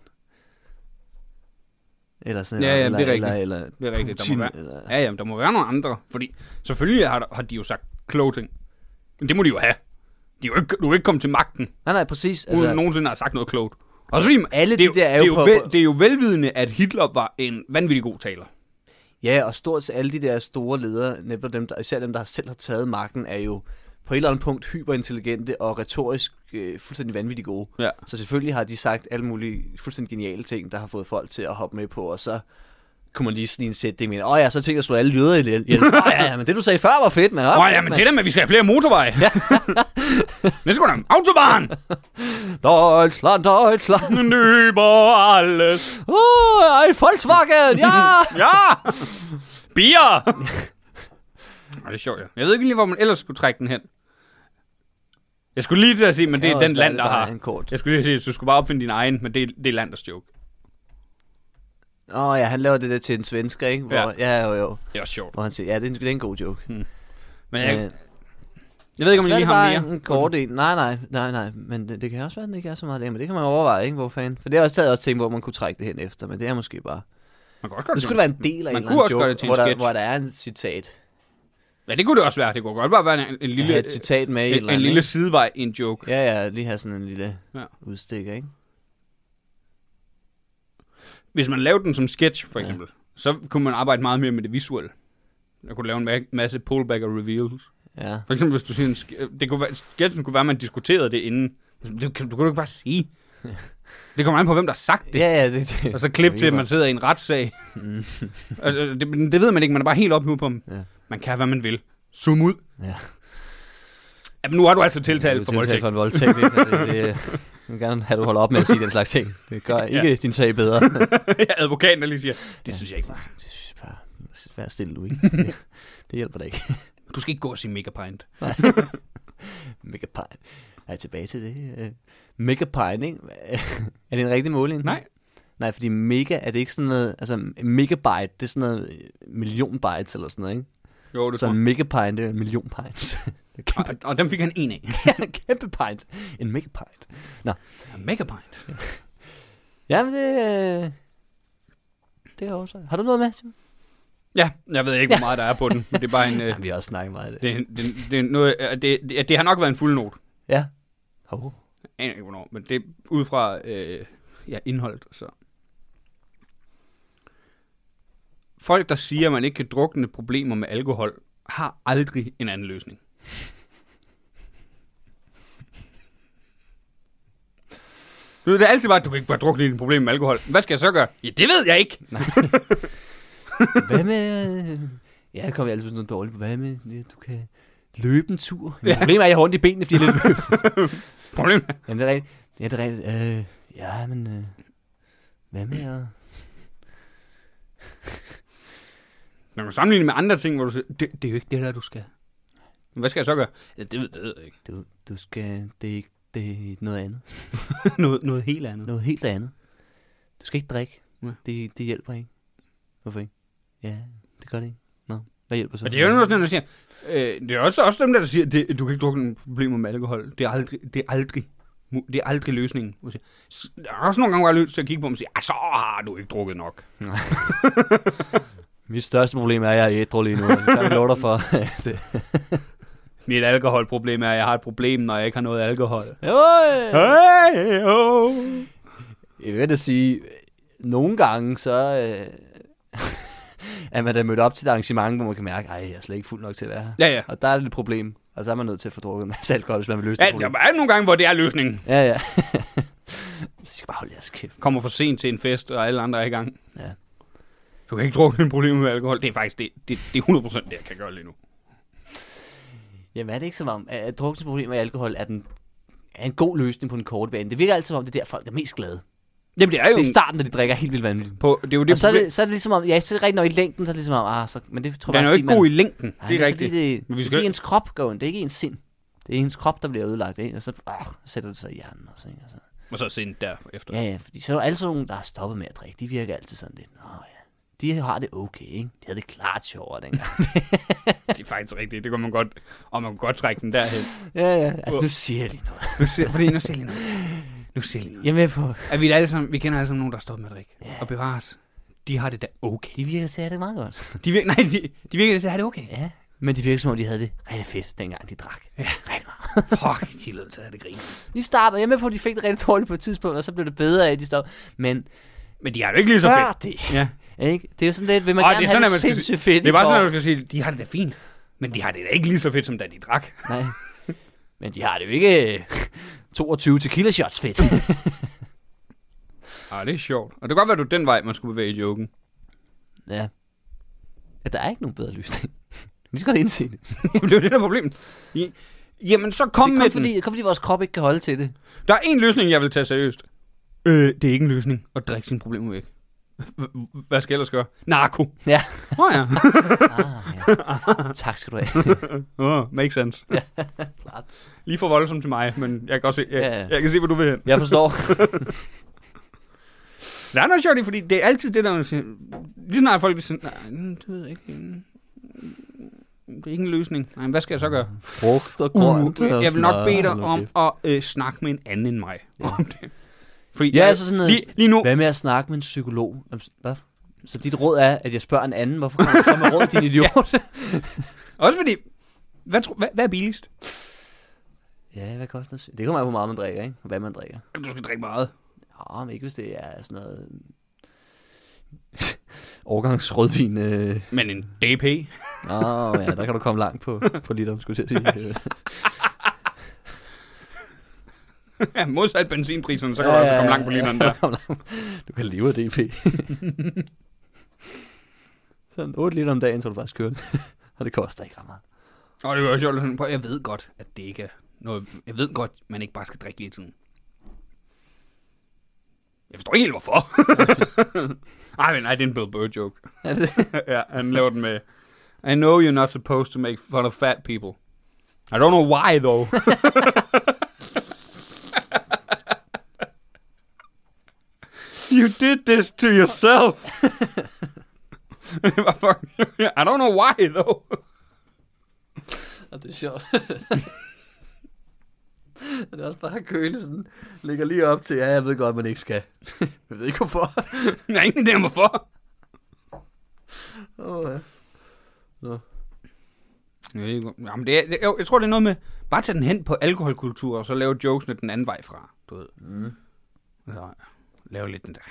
Eller sådan, ja, eller, det er rigtigt. Eller det er rigtigt. Putin, der må være, ja, der må være nogle andre. Fordi selvfølgelig har de jo sagt kloge ting. Men det må de jo have. Du er ikke kommet til magten, nej, præcis. uden nogensinde har sagt noget klogt. Og så fordi, alle det, de der er jo det er jo velvidende, at Hitler var en vanvittig god taler. Ja, og stort set alle de der store ledere, især dem, der selv har taget magten, er jo på et eller andet punkt hyperintelligente og retorisk fuldstændig vanvittigt gode. Ja. Så selvfølgelig har de sagt alle mulige fuldstændig geniale ting, der har fået folk til at hoppe med på, og så kunne man lige sådan en sætning med, ja, så tænker jeg at slå alle jøder ihjel. Ja, men det du sagde før var fedt, men... Ja, men det er da med, at vi skal have flere motorveje. Det skal da autobahn. Deutschland. Über alles. Ein Volkswagen, ja! Ja! Bier! Det er sjovt, ja. Jeg ved ikke lige, hvor man ellers skulle trække den hen. Jeg skulle lige til at sige, men det er den land, der har... Jeg skulle lige sige, at du skulle bare opfinde din egen, men det er landets joke. Ja, han laver det der til en svensker, ikke? Hvor, ja, jo. Det er også sjovt. Hvor han siger, ja, det er en god joke. Men jeg ved ikke, om jeg lige har mere. En kort en. Nej. Men det kan også være, at det ikke er så meget længere. Men det kan man overveje, ikke? Hvor fanden? For det er også taget ting, hvor man kunne trække det hen efter. Men det er måske bare... Man kan også det skulle være en del af en eller anden joke, hvor der er en citat. Ja, det kunne det også være. Det kunne godt bare være en lille... et citat med en lille sidevej i en joke. Ja, lige have sådan en lille udstikker, ikke? Hvis man lavede den som sketch, for eksempel, så kunne man arbejde meget mere med det visuelle. Jeg kunne lave en masse pullback og reveals. Ja. For eksempel, hvis du siger, sketchen kunne være, at man diskuterede det inden. Du kunne jo ikke bare sige. Det kommer an på, hvem der har sagt det. Ja, det. Og så klip til, at man sidder i en retssag. Det ved man ikke, man er bare helt oppe på dem. Ja. Man kan, hvad man vil. Zoom ud. Ja. Ja, men nu har du altså tiltalt for voldtægt. For en voldtægt, ikke? Jeg vil gerne have, at du holder op med at sige den slags ting. Det gør ikke din sag bedre. Advokaten, der lige siger, det synes jeg ikke. Bare vær stille, du, ikke? Det hjælper dig ikke. Du skal ikke gå og sige megapint. Megapint. Er jeg tilbage til det? Megapint, ikke? Er det en rigtig måling? Nej, fordi mega, er det ikke sådan noget... Altså, megabyte, det er sådan noget million bytes eller sådan noget, ikke? Jo, det så en megapint, det er en million pints. Og dem fik han en af. Ja, en kæmpe pint. En megapint. Nå. En megapint. Ja, men det er også... Har du noget med, Simon? Ja, jeg ved ikke, hvor meget der er på den. Men det er bare en... Ja, vi har også snakket meget af det. Det er noget... Det har nok været en fuldnote. Ja. Jeg aner ikke, hvornår. Men det er ud fra indholdet, så... Folk, der siger, at man ikke kan drukne problemer med alkohol, har aldrig en anden løsning. Det er altid bare, at du kan ikke bare drukne dine problemer med alkohol. Hvad skal jeg så gøre? Ja, det ved jeg ikke. Nej. Hvad med... Ja, jeg kommer altid sådan noget dårligt på. Hvad med, du kan løbe en tur? Ja. Problemet er, at jeg har ondt i benene, fordi jeg løber. Problemet? Jamen, det er rigtigt. Ja, det er rigtigt. Ja, men... hvad med at... Man kan sammenligne med andre ting, hvor du siger, det er jo ikke det der, du skal. Men hvad skal jeg så gøre? Ja, det ved jeg ikke. Du skal... Det er noget andet. noget helt andet. Noget helt andet. Du skal ikke drikke. Ja. Det hjælper ikke. Hvorfor ikke? Ja, det gør det ikke. Nå, hvad hjælper så? Men det er jo noget, der siger... det er også dem, der siger, du kan ikke drukke nogle problemer med alkohol. Det er aldrig løsningen. Der er også nogle gange, hvor jeg har lyst til at kigge på dem og sige, så har du ikke drukket nok. Mit største problem er, at jeg er ædru lige nu. Jeg kan love dig for det. Mit alkoholproblem er, at jeg har et problem, når jeg ikke har noget alkohol. Jeg vil da sige, nogle gange så er man da mødt op til et arrangement, hvor man kan mærke, jeg er slet ikke fuld nok til at være her. Ja. Og der er det et problem, og så er man nødt til at få drukket en masse alkohol, hvis man vil løse det problem. Der er nogle gange, hvor det er løsningen. Ja. Så skal bare holde jeres kæft. Kommer for sent til en fest, og alle andre er i gang. Ja. Du kan ikke drukke en problem med alkohol. Det er faktisk det er 100% det, jeg kan gøre lige nu. Jamen er det ikke som om, at drukningsproblemer med alkohol er en god løsning på en korte bane? Det virker altid som om, det er der folk er mest glade. Jamen, det er jo... Det er i starten, når de drikker helt vildt vanvittigt. Det er jo det og så er det ligesom om, ja, så er det rigtig nok i længden, så er det ligesom om, men det tror jeg den er jo ikke god i længden, nej, det er rigtigt. Det er fordi ens krop går ind, det er ikke ens sind. Det er ens krop, der bliver ødelagt, ikke? Og så sætter det sig i hjernen også, ikke? Og så sind derefter. Ja, fordi så er der alle sådan nogle, der har stoppet med at drikke, de virker altid sådan lidt, de har det okay, ikke? De havde det klart sjovere dengang. Det er faktisk rigtigt, det kan man godt, og man kan godt trække den derhen. Ja, altså nu siger jeg lige noget. Nu siger jeg lige noget. Jeg er med på. At vi kender alle sammen nogen, der har stoppet med at drikke. Ja. Og bevares, de har det da okay. De virker til at have det meget godt. De virker til at have det okay. Ja, men de virker som om, de havde det rigtig fedt, dengang de drak. Ja. Rigtig meget. Fuck, de lød til at have det grine. De starter, jeg er med på, at de fik det rigtig dårligt på et tidspunkt, og så blev det bedre af, at de stoppede. Men de har det ikke lige så fedt. Det. Ja. Ikke? Det er jo sådan lidt, vil man gerne have det sindssygt fedt. Det er bare sådan, at du kan sige, de har det da fint. Men de har det da ikke lige så fedt, som da de drak. Nej. Men de har det jo ikke 22 tequila shots fedt. Det er sjovt. Og det kan godt være, du den vej, man skulle bevæge i joken. Ja. Ja, der er ikke nogen bedre løsning. Vi skal godt indse det. Det er jo det, der er problemet. Jamen, så kom med den. Det er kun fordi vores krop ikke kan holde til det. Der er en løsning, jeg vil tage seriøst. Det er ikke en løsning at drikke sine problemer væk. Hvad skal jeg ellers gøre? Narko. Ja. Ja. Ja. Tak skal du have. Makes sense. Ja, klart. Lige for voldsomt til mig, men jeg kan også se, jeg kan se, hvor du vil hen. Jeg forstår. Der er noget sjovt, fordi det er altid det, der siger, lige snart folk siger, nej, det ved jeg ikke. Det er ikke en løsning. Nej, hvad skal jeg så gøre? Frugt og grønt. Jeg vil nok bede dig om at snakke med en anden end mig om det. Fordi ja, altså sådan noget, lige nu... Hvad med at snakke med en psykolog? Hvad? Så dit råd er, at jeg spørger en anden, hvorfor kommer du så med råd, din idiot? Også fordi, hvad er billigst? Ja, hvad koster det? Det kommer af, hvor meget man drikker, ikke? Hvad man drikker. Du skal drikke meget. Ja, men ikke hvis det er sådan noget... årgangsrødvin. Men en DP? Ja, der kan du komme langt på liter, skulle jeg sige. Ja, modsat benzinpriserne, så kan du altså komme langt på literen der. Du kan leve af DP. Sådan 8 liter om dagen, så du faktisk kører det. Og det koster ikke ret meget. Og det er jo sjovt. Jeg ved godt, at det ikke er noget... Jeg ved godt, man ikke bare skal drikke hele tiden. Jeg forstår ikke helt, hvorfor. Nej, det er en Bill Burr joke. Er det? Ja, han laver den med... I know you're not supposed to make fun of fat people. I don't know why, though. You did this to yourself. I don't know why, though. Og det er sjovt. Det er også bare køle sådan. Ligger lige op til, ja, jeg ved godt, man ikke skal. Jeg ved ikke, hvorfor. Jeg har ingen idé om, hvorfor. Ja. Nå. Jamen, jeg tror, det er noget med, bare tage den hen på alkoholkultur, og så lave jokesene den anden vej fra, du ved. Så lave lidt den der.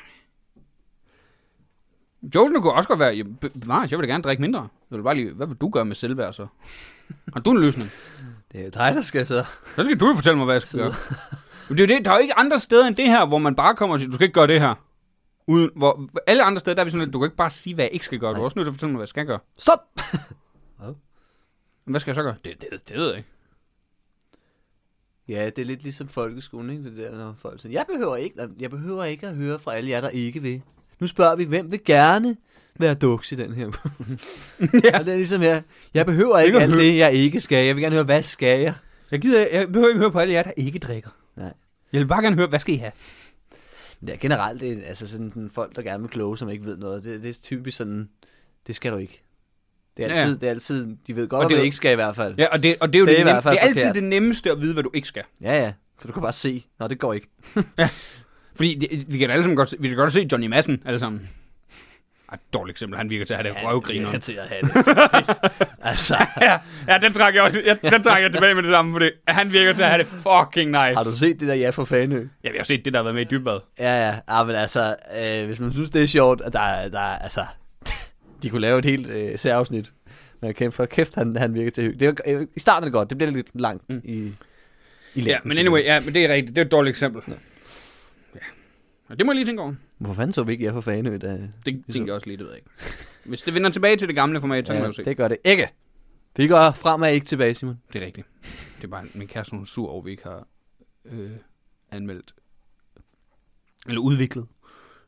Jokesene kunne også godt være, Mars, jeg vil da gerne drikke mindre. Jeg vil bare lige, hvad vil du gøre med selvværd så? Har du en løsning? Det er jo dig, der skal så. Så skal du jo fortælle mig, hvad jeg skal gøre. Det er jo det, der er jo ikke andre steder end det her, hvor man bare kommer og siger, du skal ikke gøre det her. Uden, hvor alle andre steder, der er vi sådan lidt, du kan ikke bare sige, hvad jeg ikke skal gøre. Du er også nødt til at fortælle mig, hvad jeg skal gøre. Stop! Hvad skal jeg så gøre? Det ved jeg ikke. Ja, det er lidt ligesom folkeskolen, ikke? Det der, når folk siger, jeg behøver ikke at høre fra alle jer, der ikke vil. Nu spørger vi, hvem vil gerne være duks i den her? Ja. Og det er ligesom jeg behøver ikke alt det, jeg ikke skal. Jeg vil gerne høre, hvad skal jeg? Jeg behøver ikke høre på alle jer, der ikke drikker. Nej. Jeg vil bare gerne høre, hvad skal I have? Men det er generelt, det er, altså sådan folk, der gerne vil kloge, som ikke ved noget. Det er typisk sådan, det skal du ikke. Det er altid, de ved godt, hvad du ikke skal i hvert fald. Ja, og det er jo det er altid det nemmeste at vide, hvad du ikke skal. Ja, for du kan bare se, nå, det går ikke. Ja, fordi vi kan alle sammen godt se Johnny Madsen, alle sammen. Et dårligt eksempel, han virker til at have det røvgriner. Han virker til at have det. Altså. Ja, den trækker jeg også. Den trækker jeg tilbage med det samme, fordi han virker til at have det fucking nice. Har du set det der Ja for Fanø? Ja, vi har set det, der har været med i Dybbad. Ja, men altså, hvis man synes, det er sjovt, at der altså, de kunne lave et helt særafsnit. Men kæft, han virker til hygge. I starten er det godt, det bliver lidt langt i længden. Ja, men anyway, men det er rigtigt. Det er et dårligt eksempel. Ja. Og det må jeg lige tænke over. Hvorfor fanden så vi ikke Ja for Fanø? Det tænker jeg også lidt, ved jeg ikke. Hvis det vender tilbage til det gamle format, så kan man jo se. Det gør det ikke. Vi går fremad ikke tilbage, Simon. Det er rigtigt. Det er bare min kæreste, hun er sur over, vi ikke har anmeldt. Eller udviklet.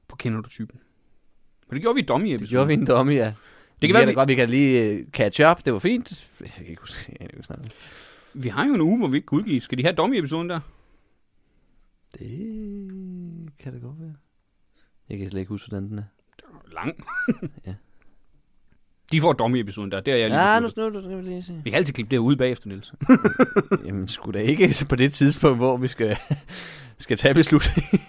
på Kender du typen. Men det gjorde vi i Dummy-episoden. Det gjorde vi en dummy, ja. Det kan være, godt, vi kan lige catch up. Det var fint. Jeg kan ikke huske, vi har jo en uge, hvor vi ikke kan udgive. Skal de have Dummy-episoden der? Det kan det godt være. Jeg kan slet ikke huske, hvordan den er. Lang. Ja. De får Dummy-episoden der. Det er jeg lige besluttet. Nu skal vi lige se. Vi kan altid klippe det ud bagefter, Niels. Jamen, sgu da ikke på det tidspunkt, hvor vi skal tage beslutning.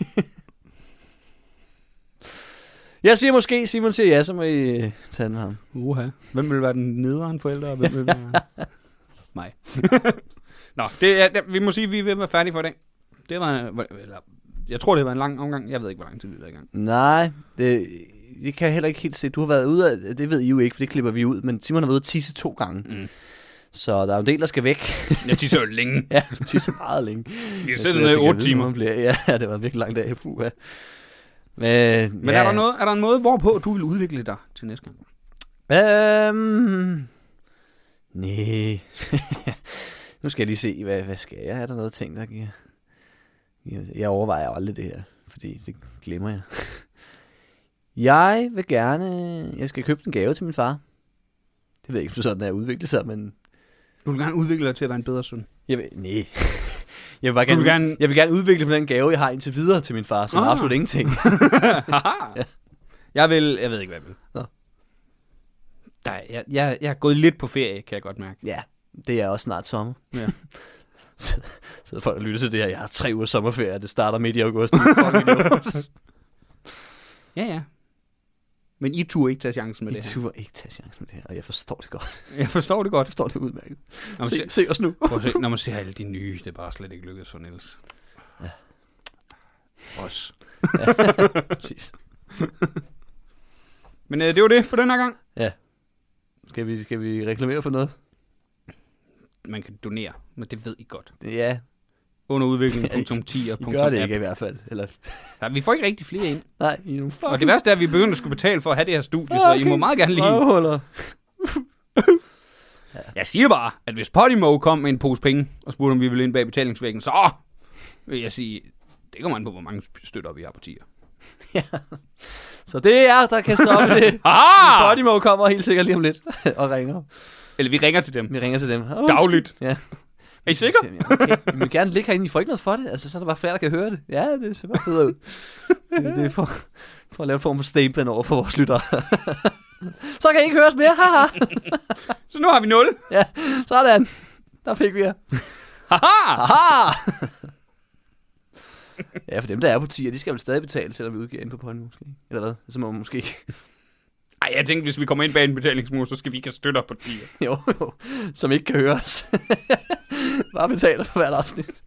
Jeg siger måske, Simon siger ja, så må I tage den ham. Hvem vil være den nederen forælder, og hvem vil være... mig. Nå, vi må sige, at vi er ved at være færdige for i dag. Det var... Jeg tror, det var en lang omgang. Jeg ved ikke, hvor lang tid vi er i gang. Nej, det kan jeg heller ikke helt se. Du har været ude af... Det ved I jo ikke, for det klipper vi ud. Men Simon har været ude at tisse 2 gange. Mm. Så der er en del, der skal væk. Jeg tisser jo længe. Ja, du tisser meget længe. Vi har siddet nede i 8 timer. Ja, det var en virkelig lang dag. Puh, Men ja. Er der en måde, hvorpå du vil udvikle dig til næste gang? Nej. Nu skal jeg lige se, hvad skal jeg? Er der noget ting, der giver... Jeg overvejer jo aldrig det her, fordi det glemmer jeg. Jeg vil gerne... Jeg skal købe en gave til min far. Det ved jeg ikke, om sådan er udviklet sig, men... Du vil gerne udvikle dig til at være en bedre søn? Nej. Jeg vil gerne udvikle på den gave, jeg har indtil videre til min far, som absolut ingenting. Ja. Jeg ved ikke, hvad jeg vil. Nå. Jeg er gået lidt på ferie, kan jeg godt mærke. Ja, det er også snart sommer. Ja. Så folk lytter til det her. Jeg har 3 uger sommerferie, det starter midt i august. Ja. Men I turde ikke tage chancen med det her. I turde ikke tage chancen med det her, og jeg forstår det godt. Jeg forstår det godt. Jeg forstår det udmærket. Se os nu. Når man ser alle de nye, det er bare slet ikke lykkedes for Niels. Ja. Os. Ja, præcis. Men det var det for den her gang. Ja. Skal vi reklamere for noget? Man kan donere, men det ved I godt. Ja. Underudvikling.10. I gør det ikke i hvert fald. Eller... Ja, vi får ikke rigtig flere ind. Nej, og det værste er, at vi begynder at skulle betale for at have det her studie, så I må meget gerne lige... Ja. Jeg siger bare, at hvis Podimo kom med en pose penge, og spurgte, om vi ville ind bag betalingsvæggen, så vil jeg sige, det kommer an på, hvor mange støtter vi har på tier. Ja. Så det er, der kan stoppe det. Podimo kommer helt sikkert lige om lidt og ringer. Eller vi ringer til dem. Dagligt. Ja. Er I sikre? Okay. Vi vil gerne ligge herinde. I får ikke noget for det. Altså, så er der bare flere, der kan høre det. Ja, det ser bare fedt ud. Det er for at lave en form for staplen over for vores lyttere. Så kan I ikke høres mere. Haha. Så nu har vi 0. Ja, sådan. Der fik vi jer. Haha. Ja, for dem, der er på tier, de skal vel stadig betale, selvom vi udgiver ind på Podimo, måske. Eller hvad? Så må man måske ikke. Ej, jeg tænkte, hvis vi kommer ind bag en betalingsmur, så skal vi ikke have støtter på tier. Jo, som ikke kan høre os. Bare betaler for hvert afsnit.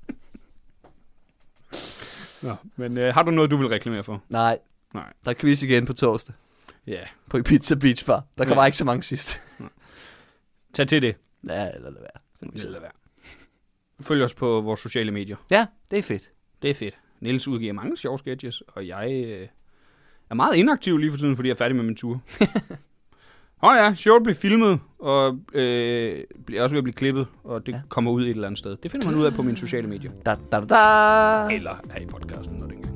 Nå, men har du noget, du vil reklamere for? Nej. Der er quiz igen på torsdag. Ja. Yeah. På Ibiza Beach Bar. Der kommer ikke så mange sidst. Tag til det. Ja, eller lad være. Følg os på vores sociale medier. Ja, det er fedt. Det er fedt. Niels udgiver mange sjove sketches, og jeg er meget inaktiv lige for tiden, fordi jeg er færdig med min tur. Ja, sjovt bliver filmet, og bliver også ved at blive klippet, og det kommer ud et eller andet sted. Det finder man ud af på mine sociale medier. Da. Eller her i podcasten, når det engang.